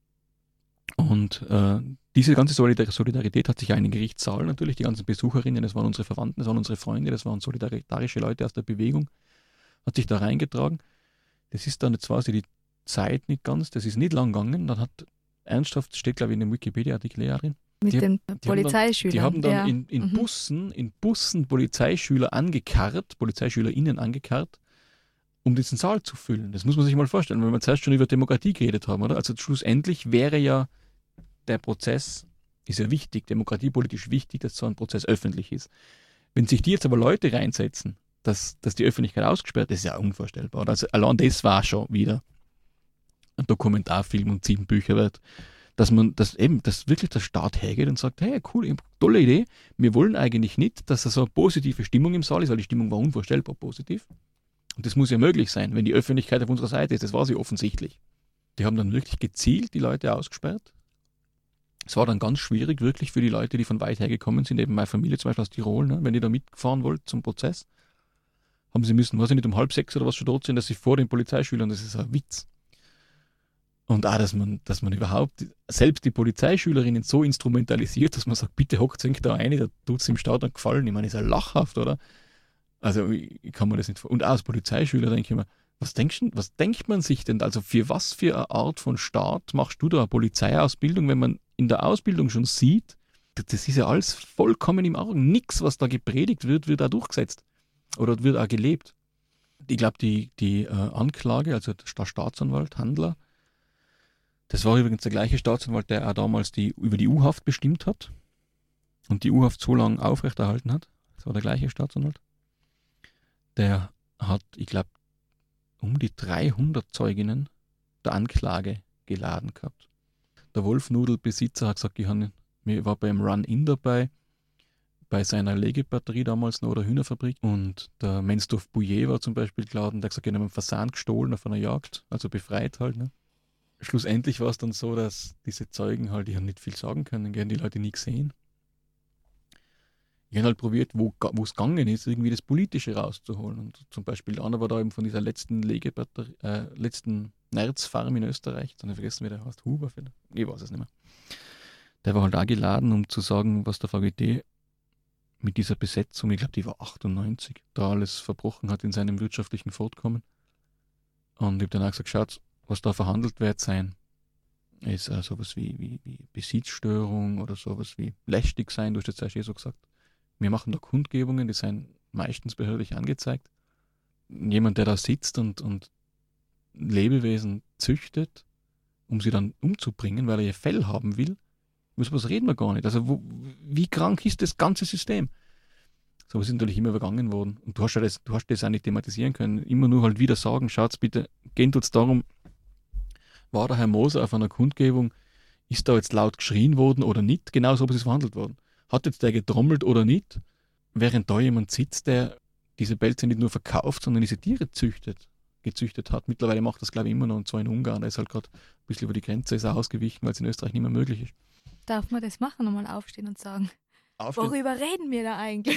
Und diese ganze Solidarität hat sich ja in den Gerichtssaal natürlich, die ganzen Besucherinnen, das waren unsere Verwandten, das waren unsere Freunde, das waren solidarische Leute aus der Bewegung, hat sich da reingetragen. Das ist dann, jetzt weiß ich die Zeit nicht ganz, das ist nicht lang gegangen, dann hat ernsthaft, steht glaube ich in dem Wikipedia-Artikel drin, mit den Polizeischülern. Die haben dann in Bussen Polizeischüler angekarrt, PolizeischülerInnen angekarrt, um diesen Saal zu füllen. Das muss man sich mal vorstellen, wenn wir zuerst schon über Demokratie geredet haben, oder? Also schlussendlich wäre ja der Prozess, ist ja wichtig, demokratiepolitisch wichtig, dass so ein Prozess öffentlich ist. Wenn sich die jetzt aber Leute reinsetzen, dass die Öffentlichkeit ausgesperrt ist, ist ja unvorstellbar. Also allein das war schon wieder ein Dokumentarfilm und 7 Bücher wert. Dass wirklich der Staat hergeht und sagt, hey, cool, tolle Idee, wir wollen eigentlich nicht, dass da so eine positive Stimmung im Saal ist, weil die Stimmung war unvorstellbar positiv. Und das muss ja möglich sein, wenn die Öffentlichkeit auf unserer Seite ist, das war sie offensichtlich. Die haben dann wirklich gezielt die Leute ausgesperrt. Es war dann ganz schwierig, wirklich für die Leute, die von weit her gekommen sind, eben meine Familie zum Beispiel aus Tirol, ne, wenn die da mitfahren wollten zum Prozess, haben sie müssen, weiß ich nicht, um 5:30 oder was schon dort sind, dass sie vor den Polizeischülern, das ist ein Witz. Und auch, dass man überhaupt selbst die Polizeischülerinnen so instrumentalisiert, dass man sagt, bitte hockt euch da rein, da tut es im Stau dann gefallen. Ich meine, ist ja lachhaft, oder? Also ich kann mir das nicht vorstellen. Und auch als Polizeischüler denke ich mir, was denkt man sich denn? Also für was für eine Art von Staat machst du da eine Polizeiausbildung, wenn man in der Ausbildung schon sieht, das ist ja alles vollkommen im Augen. Nichts, was da gepredigt wird auch durchgesetzt. Oder wird auch gelebt. Ich glaube, die Anklage, also der Staatsanwalt, Handler, das war übrigens der gleiche Staatsanwalt, der auch damals über die U-Haft bestimmt hat und die U-Haft so lange aufrechterhalten hat. Das war der gleiche Staatsanwalt. Der hat, ich glaube, um die 300 Zeuginnen der Anklage geladen gehabt. Der Wolfnudel-Besitzer hat gesagt, mir war beim Run-In dabei, bei seiner Legebatterie damals noch, oder Hühnerfabrik. Und der Mensdorf Bouillet war zum Beispiel geladen, der hat gesagt, er hat einen Fasan gestohlen auf einer Jagd, also befreit halt. Ne? Schlussendlich war es dann so, dass diese Zeugen halt, die haben nicht viel sagen können, die haben die Leute nie gesehen. Ich habe halt probiert, wo es gegangen ist, irgendwie das Politische rauszuholen. Und zum Beispiel einer war da eben von dieser letzten letzten Nerzfarm in Österreich, dann habe ich vergessen, wie der heißt, Huber, ich weiß es nicht mehr. Der war halt auch geladen, um zu sagen, was der VGT mit dieser Besetzung, ich glaube, die war 98, da alles verbrochen hat in seinem wirtschaftlichen Fortkommen. Und ich habe dann auch gesagt, schaut, was da verhandelt wird sein, ist sowas wie Besitzstörung oder sowas wie lästig sein, du hast jetzt erst so gesagt. Wir machen da Kundgebungen, die sind meistens behördlich angezeigt. Jemand, der da sitzt und Lebewesen züchtet, um sie dann umzubringen, weil er ihr Fell haben will, über was reden wir gar nicht. Also wie krank ist das ganze System? So ist natürlich immer übergangen worden. Und du hast das auch nicht thematisieren können. Immer nur halt wieder sagen, schaut's bitte, geht uns darum, war der Herr Moser auf einer Kundgebung, ist da jetzt laut geschrien worden oder nicht? Genauso ist es verhandelt worden. Hat jetzt der getrommelt oder nicht? Während da jemand sitzt, der diese Pelze nicht nur verkauft, sondern diese Tiere gezüchtet hat. Mittlerweile macht das, glaube ich, immer noch, und zwar in Ungarn. Er ist halt gerade ein bisschen über die Grenze, ist er ausgewichen, weil es in Österreich nicht mehr möglich ist. Darf man das machen, nochmal aufstehen und sagen, worüber reden wir da eigentlich?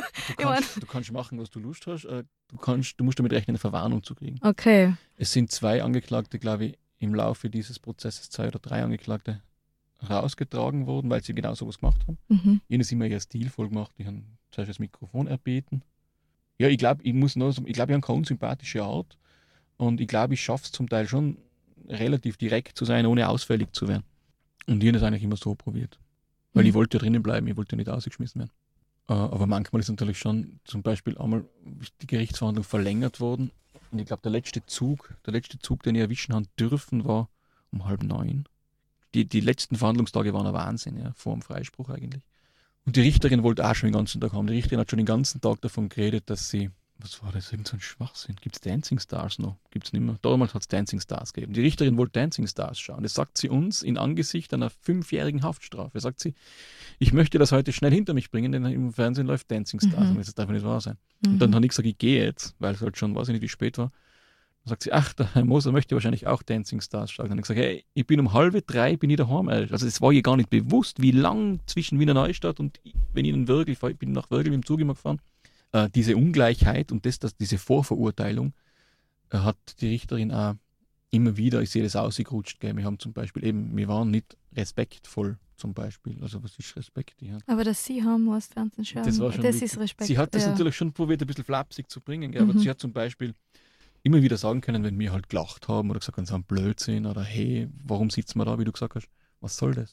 Du kannst machen, was du Lust hast. Du musst damit rechnen, eine Verwarnung zu kriegen. Okay. Es sind 2 Angeklagte, glaube ich, im Laufe dieses Prozesses, 2 oder 3 Angeklagte rausgetragen worden, weil sie genau sowas gemacht haben. Mhm. Jene sind immer eher stilvoll gemacht, die haben zuerst das Mikrofon erbeten. Ja, ich glaube, ich habe keine unsympathische Art und ich glaube, ich schaffe es zum Teil schon relativ direkt zu sein, ohne ausfällig zu werden. Und ich habe das eigentlich immer so probiert. Weil ich wollte ja drinnen bleiben, ich wollte ja nicht ausgeschmissen werden. Aber manchmal ist natürlich schon, zum Beispiel einmal die Gerichtsverhandlung verlängert worden. Und ich glaube, der letzte Zug, den ich erwischen haben dürfen, war um 8:30. Die letzten Verhandlungstage waren ein Wahnsinn, ja, vor dem Freispruch eigentlich. Und die Richterin wollte auch schon den ganzen Tag haben. Die Richterin hat schon den ganzen Tag davon geredet, dass sie, was war das, irgend so ein Schwachsinn. Gibt es Dancing Stars noch? Gibt es nicht mehr. Damals hat es Dancing Stars gegeben. Die Richterin wollte Dancing Stars schauen. Das sagt sie uns in Angesicht einer 5-jährigen Haftstrafe. Sagt sie, ich möchte das heute schnell hinter mich bringen, denn im Fernsehen läuft Dancing Stars. Und das darf nicht wahr sein. Und dann habe ich gesagt, ich gehe jetzt, weil es halt schon, weiß ich nicht, wie spät war. Dann sagt sie, ach, der Herr Moser möchte wahrscheinlich auch Dancing Stars schauen. Dann habe ich gesagt, hey, ich bin um 2:30 bin ich daheim. Also es war ihr gar nicht bewusst, wie lang zwischen Wiener Neustadt und wenn ich ich bin nach Wörgl mit dem Zug immer gefahren. Diese Ungleichheit und diese Vorverurteilung hat die Richterin auch immer wieder, ich sehe das ausgerutscht, gell. Wir haben zum Beispiel wir waren nicht respektvoll zum Beispiel. Also was ist Respekt? Ja. Aber dass Sie haben, was Fernsehen schauen, das ist Respekt. Sie hat das natürlich schon probiert, ein bisschen flapsig zu bringen, gell. Aber sie hat zum Beispiel immer wieder sagen können, wenn wir halt gelacht haben oder gesagt haben, so ein Blödsinn oder hey, warum sitzen wir da, wie du gesagt hast, was soll das?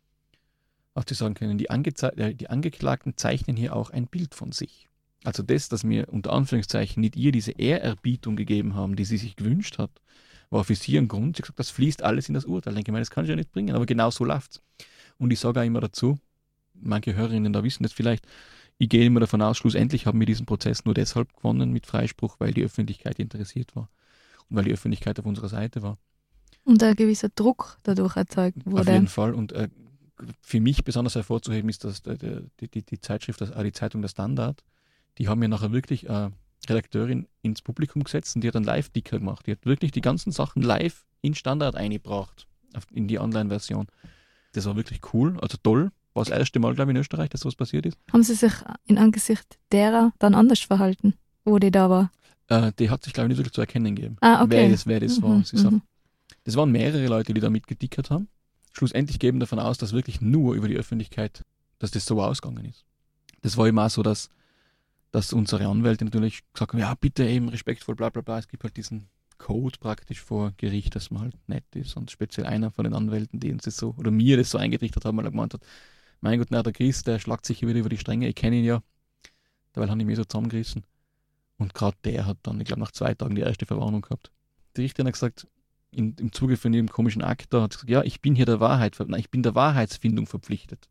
Hat sie sagen können, die Angeklagten zeichnen hier auch ein Bild von sich. Also das, dass wir unter Anführungszeichen nicht ihr diese Ehrerbietung gegeben haben, die sie sich gewünscht hat, war für sie ein Grund. Sie hat gesagt, das fließt alles in das Urteil. Ich denke, das kann ich ja nicht bringen, aber genau so läuft's. Und ich sage auch immer dazu, manche Hörerinnen da wissen das vielleicht, ich gehe immer davon aus, schlussendlich haben wir diesen Prozess nur deshalb gewonnen mit Freispruch, weil die Öffentlichkeit interessiert war und weil die Öffentlichkeit auf unserer Seite war. Und ein gewisser Druck dadurch erzeugt wurde. Auf jeden Fall. Und für mich besonders hervorzuheben ist, dass die Zeitschrift, die Zeitung Der Standard, die haben ja nachher wirklich Redakteurin ins Publikum gesetzt und die hat einen Live-Ticker gemacht. Die hat wirklich die ganzen Sachen live in Standard eingebracht, in die Online-Version. Das war wirklich cool, also toll. War das erste Mal, glaube ich, in Österreich, dass sowas passiert ist. Haben Sie sich in Angesicht derer dann anders verhalten, wo die da war? Die hat sich, glaube ich, nicht wirklich zu erkennen gegeben, okay. wer das war. Das waren mehrere Leute, die da mitgedickert haben. Schlussendlich geben davon aus, dass wirklich nur über die Öffentlichkeit, dass das so ausgegangen ist. Das war immer so, dass unsere Anwälte natürlich gesagt haben, ja, bitte eben respektvoll, bla bla bla. Es gibt halt diesen Code praktisch vor Gericht, dass man halt nett ist. Und speziell einer von den Anwälten, die uns das so, oder mir das so eingetrichtert haben, weil er gemeint hat, mein Gott, der Chris, der schlagt sich hier wieder über die Stränge, ich kenne ihn ja. Dabei haben die mich so zusammengerissen. Und gerade der hat dann, ich glaube, nach 2 Tagen die erste Verwarnung gehabt. Die Richterin hat gesagt, im Zuge von ihrem komischen Akt, da hat gesagt, ja, ich bin der Wahrheitsfindung verpflichtet.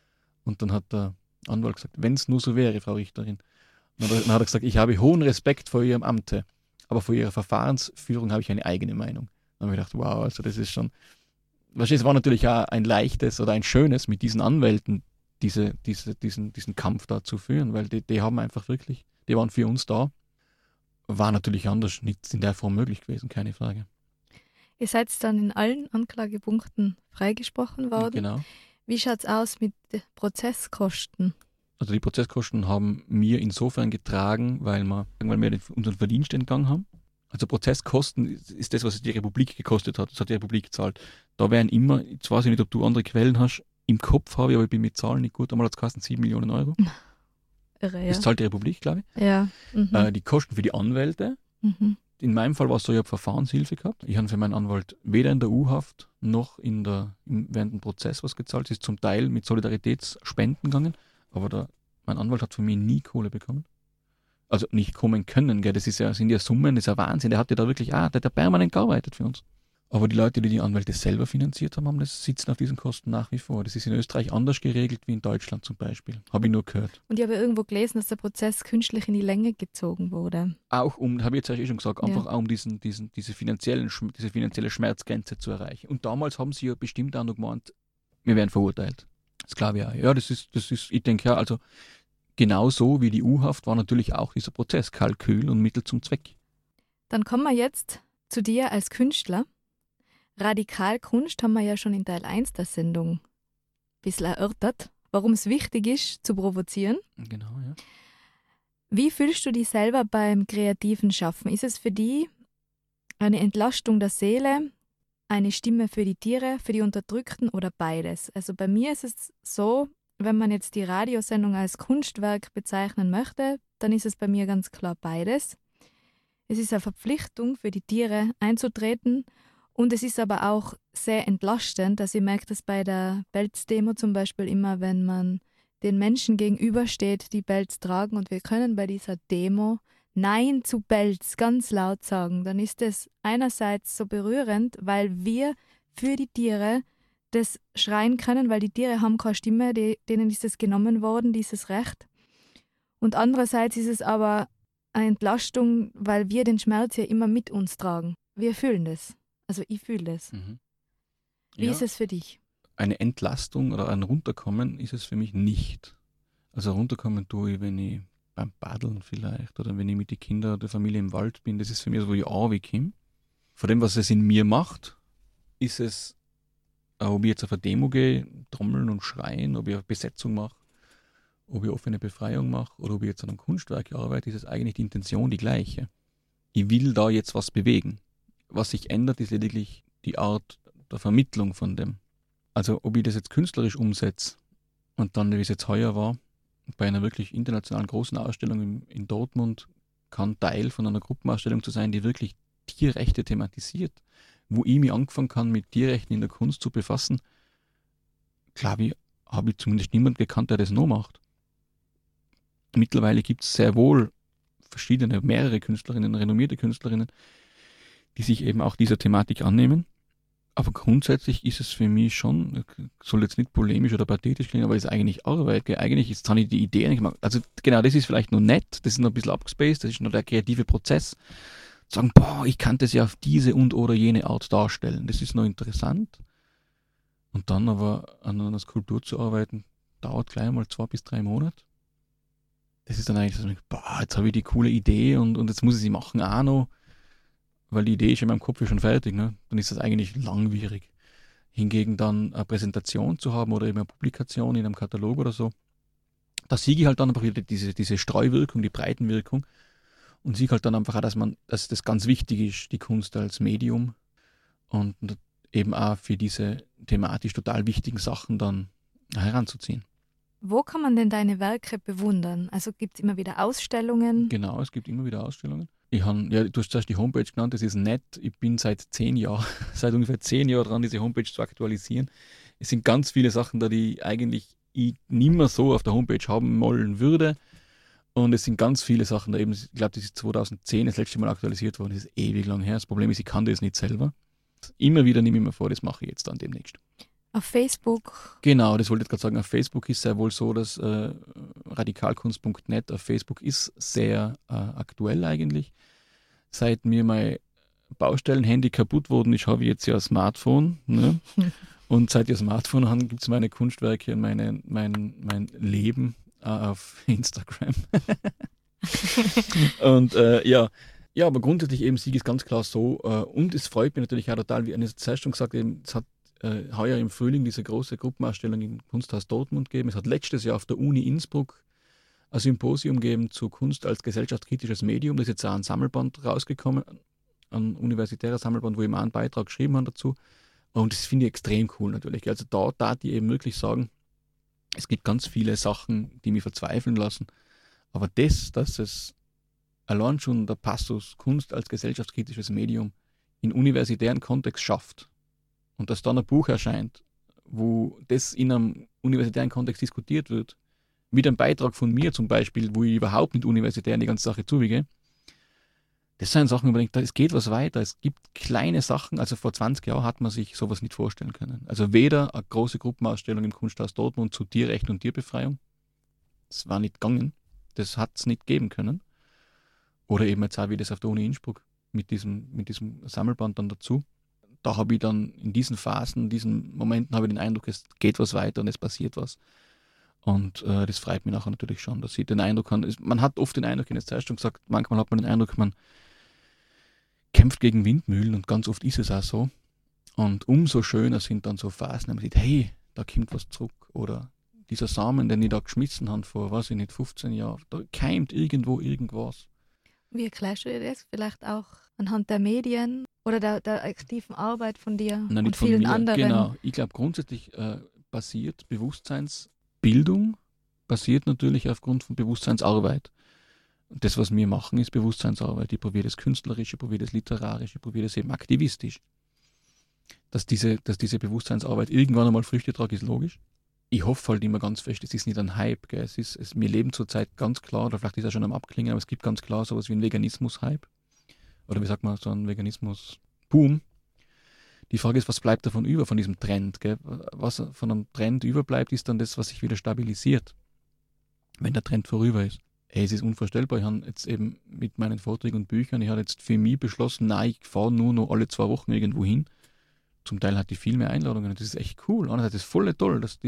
Und dann hat der Anwalt gesagt, wenn es nur so wäre, Frau Richterin. Dann hat er gesagt, ich habe hohen Respekt vor Ihrem Amte, aber vor ihrer Verfahrensführung habe ich eine eigene Meinung. Dann habe ich gedacht, wow, also das ist schon, es war natürlich auch ein leichtes oder ein schönes, mit diesen Anwälten diesen Kampf da zu führen, weil die haben einfach wirklich, die waren für uns da. War natürlich anders, nicht in der Form möglich gewesen, keine Frage. Ihr seid dann in allen Anklagepunkten freigesprochen worden. Genau. Wie schaut es aus mit den Prozesskosten? Also die Prozesskosten haben wir insofern getragen, weil wir unseren Verdienst entgangen haben. Also Prozesskosten ist das, was die Republik gekostet hat. Das hat die Republik gezahlt. Da werden immer, jetzt weiß ich nicht, ob du andere Quellen hast, im Kopf habe ich, aber ich bin mit Zahlen nicht gut. Einmal hat es gekostet 7 Millionen Euro. Irre, ja. Das zahlt die Republik, glaube ich. Ja. Die Kosten für die Anwälte. In meinem Fall war es so, ich habe Verfahrenshilfe gehabt. Ich habe für meinen Anwalt weder in der U-Haft noch während dem Prozess was gezahlt. Es ist zum Teil mit Solidaritätsspenden gegangen, aber mein Anwalt hat von mir nie Kohle bekommen. Also nicht kommen können, gell? Sind ja Summen, das ist ja Wahnsinn. Der hat ja da wirklich, der hat permanent gearbeitet für uns. Aber die Leute, die Anwälte selber finanziert haben, sitzen auf diesen Kosten nach wie vor. Das ist in Österreich anders geregelt wie in Deutschland zum Beispiel. Habe ich nur gehört. Und ich habe irgendwo gelesen, dass der Prozess künstlich in die Länge gezogen wurde. Auch habe ich jetzt schon gesagt, einfach auch um diese finanzielle Schmerzgrenze zu erreichen. Und damals haben sie ja bestimmt auch noch gemeint, wir werden verurteilt. Das glaube ich auch. Ja, das ist, ich denke ja, also genauso wie die U-Haft war natürlich auch dieser Prozess Kalkül und Mittel zum Zweck. Dann kommen wir jetzt zu dir als Künstler. Radikalkunst haben wir ja schon in Teil 1 der Sendung ein bisschen erörtert, warum es wichtig ist, zu provozieren. Genau, ja. Wie fühlst du dich selber beim kreativen Schaffen? Ist es für dich eine Entlastung der Seele, eine Stimme für die Tiere, für die Unterdrückten oder beides? Also bei mir ist es so, wenn man jetzt die Radiosendung als Kunstwerk bezeichnen möchte, dann ist es bei mir ganz klar beides. Es ist eine Verpflichtung für die Tiere einzutreten. Und es ist aber auch sehr entlastend, dass ich merke, dass bei der Pelz-Demo zum Beispiel immer, wenn man den Menschen gegenübersteht, die Pelz tragen und wir können bei dieser Demo Nein zu Pelz ganz laut sagen, dann ist es einerseits so berührend, weil wir für die Tiere das schreien können, weil die Tiere haben keine Stimme, denen ist es genommen worden, dieses Recht. Und andererseits ist es aber eine Entlastung, weil wir den Schmerz ja immer mit uns tragen. Wir fühlen das. Also ich fühle das. Wie ist es für dich? Eine Entlastung oder ein Runterkommen ist es für mich nicht. Also runterkommen tue ich, wenn ich beim Paddeln vielleicht oder wenn ich mit den Kindern oder der Familie im Wald bin. Das ist für mich so, wo ich ankomme. Von dem, was es in mir macht, ist es, ob ich jetzt auf eine Demo gehe, trommeln und schreien, ob ich eine Besetzung mache, ob ich offene Befreiung mache oder ob ich jetzt an einem Kunstwerk arbeite, ist es eigentlich die Intention die gleiche. Ich will da jetzt was bewegen. Was sich ändert, ist lediglich die Art der Vermittlung von dem. Also ob ich das jetzt künstlerisch umsetze und dann, wie es jetzt heuer war, bei einer wirklich internationalen großen Ausstellung in Dortmund, kann Teil von einer Gruppenausstellung zu sein, die wirklich Tierrechte thematisiert, wo ich mich angefangen kann, mit Tierrechten in der Kunst zu befassen, glaube ich, habe ich zumindest niemanden gekannt, der das noch macht. Mittlerweile gibt es sehr wohl mehrere Künstlerinnen, renommierte Künstlerinnen, die sich eben auch dieser Thematik annehmen. Aber grundsätzlich ist es für mich schon, soll jetzt nicht polemisch oder pathetisch klingen, aber ist eigentlich Arbeit. Gell? Eigentlich ist dann die Idee nicht gemacht. Also genau, das ist vielleicht noch nett, das ist noch ein bisschen abgespaced, das ist noch der kreative Prozess. Sagen, ich kann das ja auf diese und oder jene Art darstellen. Das ist noch interessant. Und dann aber an einer Skulptur zu arbeiten, dauert gleich mal 2 bis 3 Monate. Das ist dann eigentlich so, jetzt habe ich die coole Idee und jetzt muss ich sie machen auch noch. Weil die Idee ist in meinem Kopf schon fertig, ne? Dann ist das eigentlich langwierig. Hingegen dann eine Präsentation zu haben oder eben eine Publikation in einem Katalog oder so, da sehe ich halt dann einfach wieder diese Streuwirkung, die Breitenwirkung und sehe halt dann einfach auch, dass das ganz wichtig ist, die Kunst als Medium und eben auch für diese thematisch total wichtigen Sachen dann heranzuziehen. Wo kann man denn deine Werke bewundern? Also gibt es immer wieder Ausstellungen? Genau, es gibt immer wieder Ausstellungen. Du hast zuerst die Homepage genannt, das ist nett. Ich bin seit ungefähr 10 Jahren dran, diese Homepage zu aktualisieren. Es sind ganz viele Sachen da, die eigentlich ich nicht mehr so auf der Homepage haben wollen würde. Und es sind ganz viele Sachen da eben, ich glaube, das ist 2010 das letzte Mal aktualisiert worden, das ist ewig lang her. Das Problem ist, ich kann das nicht selber. Immer wieder nehme ich mir vor, das mache ich jetzt dann demnächst. Auf Facebook? Genau, das wollte ich gerade sagen. Auf Facebook ist sehr wohl so, dass radikalkunst.net auf Facebook ist sehr aktuell eigentlich. seit mir mein Baustellenhandy kaputt worden ist, habe ich jetzt ja ein Smartphone. Ne? Und seit ich ein Smartphone habe, gibt es meine Kunstwerke und mein Leben auf Instagram. Und ja, aber grundsätzlich eben Sieg ist ganz klar so. Und es freut mich natürlich auch total, wie eine zuerst schon gesagt, eben, es hat heuer im Frühling diese große Gruppenausstellung im Kunsthaus Dortmund gegeben. Es hat letztes Jahr auf der Uni Innsbruck ein Symposium gegeben zu Kunst als gesellschaftskritisches Medium. Da ist jetzt auch ein Sammelband rausgekommen, ein universitärer Sammelband, wo ich mal einen Beitrag geschrieben habe dazu. Und das finde ich extrem cool natürlich. Also da die eben wirklich sagen, es gibt ganz viele Sachen, die mich verzweifeln lassen. Aber dass es allein schon der Passus Kunst als gesellschaftskritisches Medium in universitären Kontext schafft und dass dann ein Buch erscheint, wo das in einem universitären Kontext diskutiert wird, mit einem Beitrag von mir zum Beispiel, wo ich überhaupt nicht universitär in die ganze Sache zuwege, das sind Sachen, überlegt, es geht was weiter. Es gibt kleine Sachen, also vor 20 Jahren hat man sich sowas nicht vorstellen können. Also weder eine große Gruppenausstellung im Kunsthaus Dortmund zu Tierrecht und Tierbefreiung, das war nicht gegangen, das hat es nicht geben können. Oder eben jetzt auch wie das auf der Uni Innsbruck mit diesem Sammelband dann dazu. Da habe ich dann in diesen Phasen, in diesen Momenten habe ich den Eindruck, es geht was weiter und es passiert was. Und das freut mich nachher natürlich schon, dass ich den Eindruck habe, man hat oft den Eindruck, ich habe es zuerst schon gesagt, manchmal hat man den Eindruck, man kämpft gegen Windmühlen und ganz oft ist es auch so. Und umso schöner sind dann so Phasen, wenn man sieht, hey, da kommt was zurück. Oder dieser Samen, den ich da geschmissen habe vor, weiß ich nicht, 15 Jahren, da keimt irgendwo irgendwas. Wie erklärst du dir das? Vielleicht auch anhand der Medien oder der aktiven Arbeit von dir Nein, und vielen anderen? Genau, ich glaube grundsätzlich basiert Bewusstseinsbildung, basiert natürlich aufgrund von Bewusstseinsarbeit. Und das, was wir machen, ist Bewusstseinsarbeit. Ich probiere das künstlerisch, ich probiere das literarisch, ich probiere das eben aktivistisch. Dass diese Bewusstseinsarbeit irgendwann einmal Früchte trägt, ist logisch. Ich hoffe halt immer ganz fest, es ist nicht ein Hype. Gell? Wir leben zurzeit ganz klar, oder vielleicht ist er schon am Abklingen, aber es gibt ganz klar sowas wie einen Veganismus-Hype. Oder wie sagt man, so einen Veganismus-Boom. Die Frage ist, was bleibt davon über, von diesem Trend? Gell? Was von einem Trend überbleibt, ist dann das, was sich wieder stabilisiert, wenn der Trend vorüber ist. Es ist unvorstellbar. Ich habe jetzt eben mit meinen Vorträgen und Büchern, ich habe jetzt für mich beschlossen, nein, ich fahre nur noch alle 2 Wochen irgendwo hin. Zum Teil hatte ich viel mehr Einladungen und das ist echt cool. Andererseits ist es voll toll, dass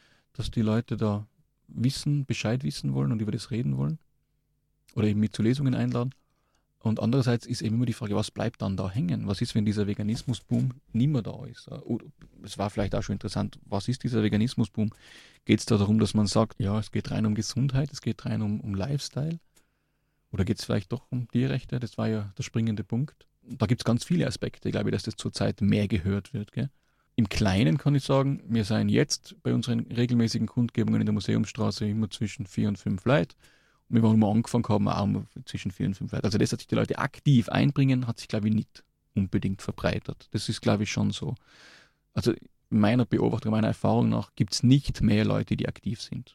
die Leute da Bescheid wissen wollen und über das reden wollen. Oder eben mit zu Lesungen einladen. Und andererseits ist eben immer die Frage, was bleibt dann da hängen? Was ist, wenn dieser Veganismusboom nicht mehr da ist? Es war vielleicht auch schon interessant, was ist dieser Veganismusboom? Geht es da darum, dass man sagt, ja, es geht rein um Gesundheit, es geht rein um Lifestyle? Oder geht es vielleicht doch um Tierrechte? Das war ja der springende Punkt. Da gibt es ganz viele Aspekte. Ich glaube, dass das zurzeit mehr gehört wird. Gell? Im Kleinen kann ich sagen, wir seien jetzt bei unseren regelmäßigen Kundgebungen in der Museumsstraße immer zwischen 4 und 5 Leute. Und wir waren angefangen haben, auch immer zwischen 4 und 5 Leute. Also das, dass sich die Leute aktiv einbringen, hat sich, glaube ich, nicht unbedingt verbreitert. Das ist, glaube ich, schon so. Also meiner Beobachtung, meiner Erfahrung nach gibt es nicht mehr Leute, die aktiv sind.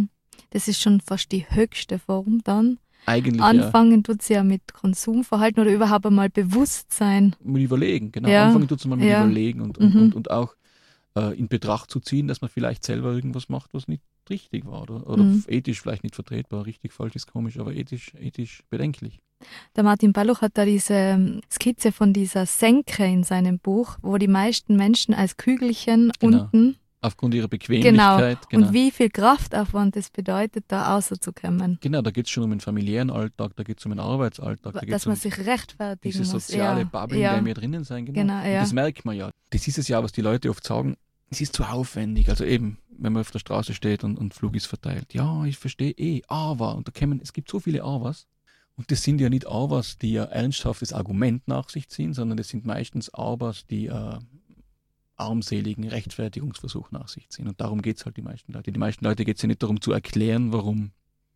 Das ist schon fast die höchste Form dann. Eigentlich Anfangen tut es ja mit Konsumverhalten oder überhaupt einmal Bewusstsein. Mit Überlegen, genau. Ja. Anfangen tut es mal mit Überlegen und auch in Betracht zu ziehen, dass man vielleicht selber irgendwas macht, was nicht richtig war oder ethisch vielleicht nicht vertretbar. Richtig, falsch ist komisch, aber ethisch bedenklich. Der Martin Balluch hat da diese Skizze von dieser Senke in seinem Buch, wo die meisten Menschen als Kügelchen unten... Aufgrund ihrer Bequemlichkeit. Genau. Und wie viel Kraftaufwand es bedeutet, da rauszukommen. Genau, da geht es schon um den familiären Alltag, da geht es um den Arbeitsalltag. Da dass man sich rechtfertigen muss. Diese soziale Bubble, in der wir drinnen sein. Genau, ja. Und das merkt man ja. Das ist es ja, was die Leute oft sagen, es ist zu aufwendig. Also eben, wenn man auf der Straße steht und Flug ist verteilt. Ja, ich verstehe aber. Und es gibt so viele Aber's. Und das sind ja nicht Aber's, die ein ernsthaftes Argument nach sich ziehen, sondern das sind meistens Aber's, die armseligen Rechtfertigungsversuch nach sich ziehen. Und darum geht es halt die meisten Leute. Die meisten Leute geht es ja nicht darum zu erklären, warum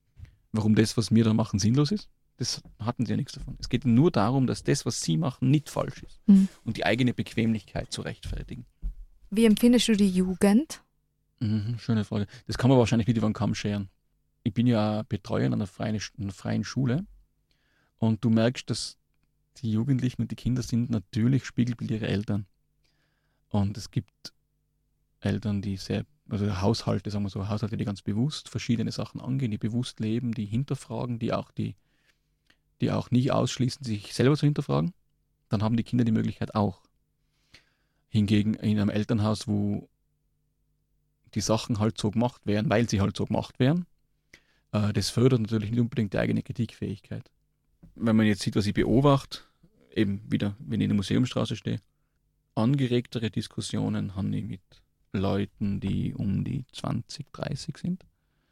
das, was wir da machen, sinnlos ist. Das hatten sie ja nichts davon. Es geht nur darum, dass das, was sie machen, nicht falsch ist. Und die eigene Bequemlichkeit zu rechtfertigen. Wie empfindest du die Jugend? Schöne Frage. Das kann man wahrscheinlich nicht über den Kamm scheren. Ich bin ja Betreuer an einer freien Schule und du merkst, dass die Jugendlichen und die Kinder sind natürlich Spiegelbild ihrer Eltern. Und es gibt Eltern, die Haushalte, sagen wir so, Haushalte, die ganz bewusst verschiedene Sachen angehen, die bewusst leben, die hinterfragen, die auch die die auch nie ausschließen, sich selber zu hinterfragen, dann haben die Kinder die Möglichkeit auch. Hingegen in einem Elternhaus, wo die Sachen halt so gemacht werden, weil sie halt so gemacht werden, das fördert natürlich nicht unbedingt die eigene Kritikfähigkeit. Wenn man jetzt sieht, was ich beobachte, eben wieder, wenn ich in der Museumsstraße stehe, angeregtere Diskussionen habe ich mit Leuten, die um die 20, 30 sind,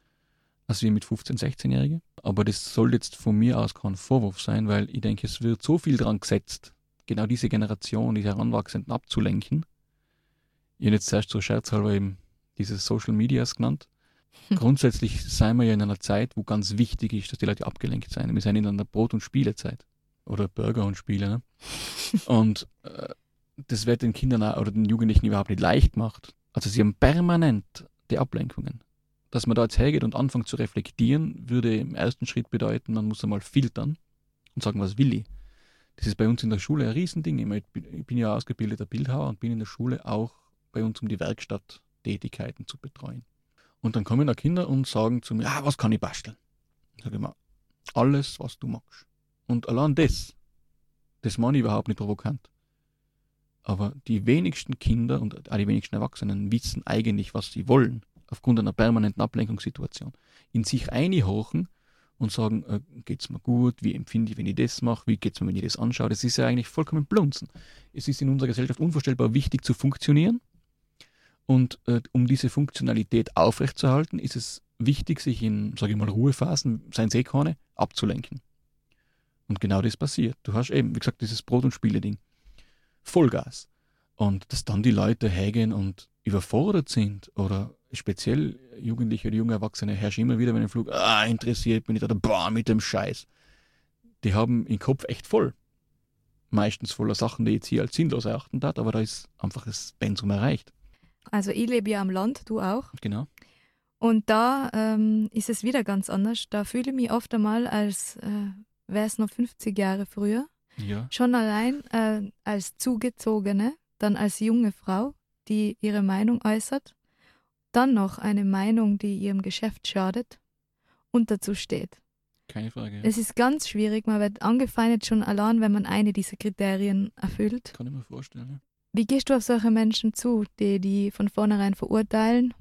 als wir mit 15-, 16-Jährigen. Aber das soll jetzt von mir aus kein Vorwurf sein, weil ich denke, es wird so viel dran gesetzt, genau diese Generation, diese Heranwachsenden abzulenken. Ich habe jetzt zuerst so scherzhalber eben diese Social Medias genannt. Grundsätzlich sind wir ja in einer Zeit, wo ganz wichtig ist, dass die Leute abgelenkt sind. Wir sind in einer Brot- und Spielezeit. Oder Burger und Spiele. Ne? Und das wird den Kindern oder den Jugendlichen überhaupt nicht leicht gemacht. Also sie haben permanent die Ablenkungen. Dass man da jetzt hergeht und anfängt zu reflektieren, würde im ersten Schritt bedeuten, man muss einmal filtern und sagen, was will ich. Das ist bei uns in der Schule ein Riesending. Ich bin ja ausgebildeter Bildhauer und bin in der Schule auch bei uns, um die Werkstatttätigkeiten zu betreuen. Und dann kommen da Kinder und sagen zu mir, was kann ich basteln? Ich sage immer, alles, was du magst. Und allein das meine ich überhaupt nicht provokant. Aber die wenigsten Kinder und auch die wenigsten Erwachsenen wissen eigentlich, was sie wollen, aufgrund einer permanenten Ablenkungssituation. In sich einhorchen und sagen, geht's mir gut, wie empfinde ich, wenn ich das mache, wie geht's mir, wenn ich das anschaue. Das ist ja eigentlich vollkommen Blunzen. Es ist in unserer Gesellschaft unvorstellbar wichtig zu funktionieren. Und um diese Funktionalität aufrechtzuerhalten, ist es wichtig, sich in, sage ich mal, Ruhephasen, seien es keine, abzulenken. Und genau das passiert. Du hast eben, wie gesagt, dieses Brot- und Spiele-Ding. Vollgas. Und dass dann die Leute hergehen und überfordert sind oder speziell Jugendliche oder junge Erwachsene herrschen immer wieder, wenn ein Flug, interessiert bin ich oder mit dem Scheiß. Die haben den Kopf echt voll. Meistens voller Sachen, die ich jetzt hier als sinnlos erachten darf, aber da ist einfach das Pensum erreicht. Also ich lebe ja am Land, du auch. Genau. Und da ist es wieder ganz anders. Da fühle ich mich oft einmal, als wäre es noch 50 Jahre früher. Ja. Schon allein als Zugezogene, dann als junge Frau, die ihre Meinung äußert, dann noch eine Meinung, die ihrem Geschäft schadet und dazu steht. Keine Frage. Ja. Es ist ganz schwierig, man wird angefeindet schon allein, wenn man eine dieser Kriterien erfüllt. Kann ich mir vorstellen. Ja. Wie gehst du auf solche Menschen zu, die von vornherein verurteilen?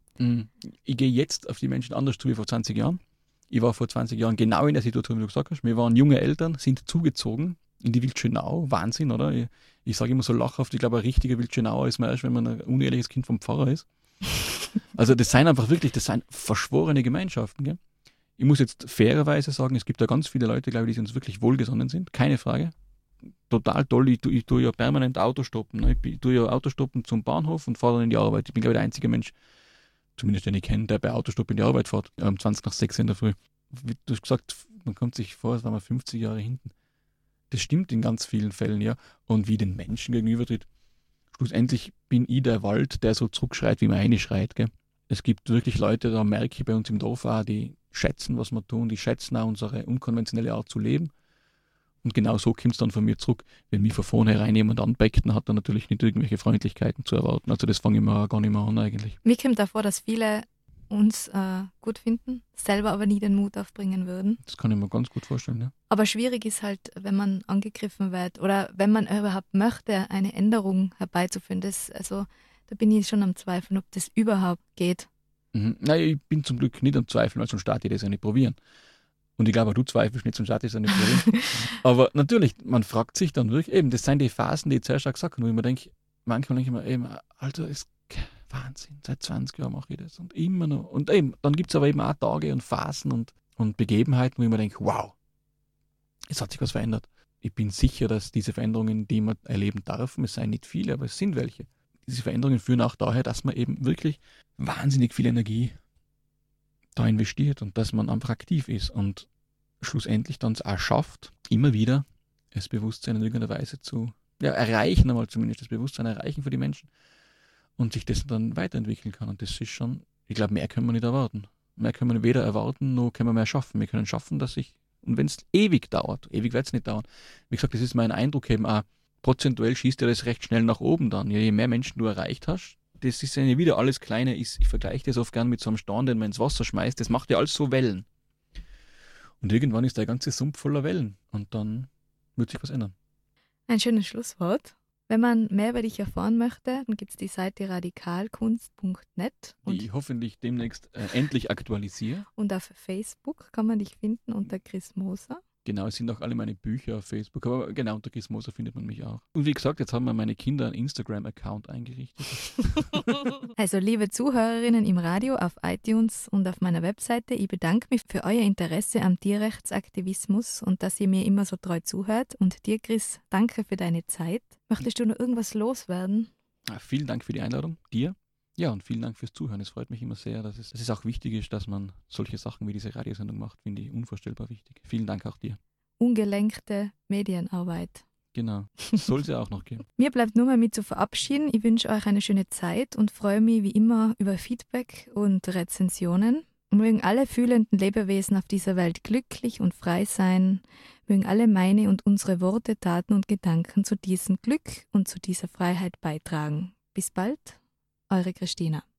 Ich gehe jetzt auf die Menschen anders zu wie vor 20 Jahren. Ich war vor 20 Jahren genau in der Situation, wie du gesagt hast. Wir waren junge Eltern, sind zugezogen in die Wildschönau. Wahnsinn, oder? Ich sage immer so lachhaft, ich glaube, ein richtiger Wildschönauer ist man erst, wenn man ein uneheliches Kind vom Pfarrer ist. Also das sind einfach wirklich, das sind verschworene Gemeinschaften. Gell? Ich muss jetzt fairerweise sagen, es gibt da ganz viele Leute, glaube ich, die uns wirklich wohlgesonnen sind. Keine Frage. Total toll. Ich tue ja permanent Autostoppen. Ne? Ich tue ja Autostoppen zum Bahnhof und fahre dann in die Arbeit. Ich bin, glaube ich, der einzige Mensch, zumindest den ich kenne, der bei Autostopp in die Arbeit fährt, 20 nach 6 in der Früh. Wie du hast gesagt, man kommt sich vor, als waren wir 50 Jahre hinten. Das stimmt in ganz vielen Fällen, ja. Und wie den Menschen gegenübertritt. Schlussendlich bin ich der Wald, der so zurückschreit, wie man reinschreit. Gell? Es gibt wirklich Leute, da merke ich bei uns im Dorf auch, die schätzen, was wir tun, die schätzen auch unsere unkonventionelle Art zu leben. Und genau so kommt es dann von mir zurück. Wenn mich von vornherein jemand anbeckt, dann hat er natürlich nicht irgendwelche Freundlichkeiten zu erwarten. Also das fange ich mir gar nicht mehr an eigentlich. Mir kommt davor, dass viele uns gut finden, selber aber nie den Mut aufbringen würden. Das kann ich mir ganz gut vorstellen, ja. Aber schwierig ist halt, wenn man angegriffen wird oder wenn man überhaupt möchte, eine Änderung herbeizuführen. Da bin ich schon am Zweifeln, ob das überhaupt geht. Nein, ich bin zum Glück nicht am Zweifeln, weil sonst starte ich das ja nicht probieren. Und ich glaube, du zweifelst nicht, sonst starte ich das ja nicht probieren. Aber natürlich, man fragt sich dann wirklich, eben, das sind die Phasen, die ich zuerst auch gesagt habe, wo ich mir denke, manchmal denke ich mir eben, Alter, ist Wahnsinn, seit 20 Jahren mache ich das und immer noch. Und eben, dann gibt es aber eben auch Tage und Phasen und Begebenheiten, wo ich mir denke, wow, es hat sich was verändert. Ich bin sicher, dass diese Veränderungen, die man erleben darf, es seien nicht viele, aber es sind welche. Diese Veränderungen führen auch daher, dass man eben wirklich wahnsinnig viel Energie da investiert und dass man einfach aktiv ist und schlussendlich dann es auch schafft, immer wieder das Bewusstsein in irgendeiner Weise zu erreichen, einmal zumindest das Bewusstsein erreichen für die Menschen und sich das dann weiterentwickeln kann. Und das ist schon, ich glaube, mehr können wir nicht erwarten. Mehr können wir weder erwarten, noch können wir mehr schaffen. Wir können schaffen, dass und wenn es ewig dauert, ewig wird es nicht dauern. Wie gesagt, das ist mein Eindruck eben auch, prozentuell schießt ja das recht schnell nach oben dann. Je mehr Menschen du erreicht hast, das ist ja wieder alles Kleine. Ich vergleiche das oft gern mit so einem Stein, den man ins Wasser schmeißt. Das macht ja alles so Wellen. Und irgendwann ist der ganze Sumpf voller Wellen und dann wird sich was ändern. Ein schönes Schlusswort. Wenn man mehr über dich erfahren möchte, dann gibt es die Seite radikalkunst.net Die ich hoffentlich demnächst endlich aktualisiere. und auf Facebook kann man dich finden unter Chris Moser. Genau, es sind auch alle meine Bücher auf Facebook, aber genau, unter Chris Moser findet man mich auch. Und wie gesagt, jetzt haben mir meine Kinder einen Instagram-Account eingerichtet. Also liebe Zuhörerinnen im Radio, auf iTunes und auf meiner Webseite, ich bedanke mich für euer Interesse am Tierrechtsaktivismus und dass ihr mir immer so treu zuhört. Und dir, Chris, danke für deine Zeit. Möchtest du noch irgendwas loswerden? Vielen Dank für die Einladung, dir. Ja, und vielen Dank fürs Zuhören. Es freut mich immer sehr, dass es auch wichtig ist, dass man solche Sachen wie diese Radiosendung macht. Finde ich unvorstellbar wichtig. Vielen Dank auch dir. Ungelenkte Medienarbeit. Genau, soll es ja auch noch geben. Mir bleibt nur mal mit zu verabschieden. Ich wünsche euch eine schöne Zeit und freue mich wie immer über Feedback und Rezensionen. Mögen alle fühlenden Lebewesen auf dieser Welt glücklich und frei sein. Mögen alle meine und unsere Worte, Taten und Gedanken zu diesem Glück und zu dieser Freiheit beitragen. Bis bald, eure Christina.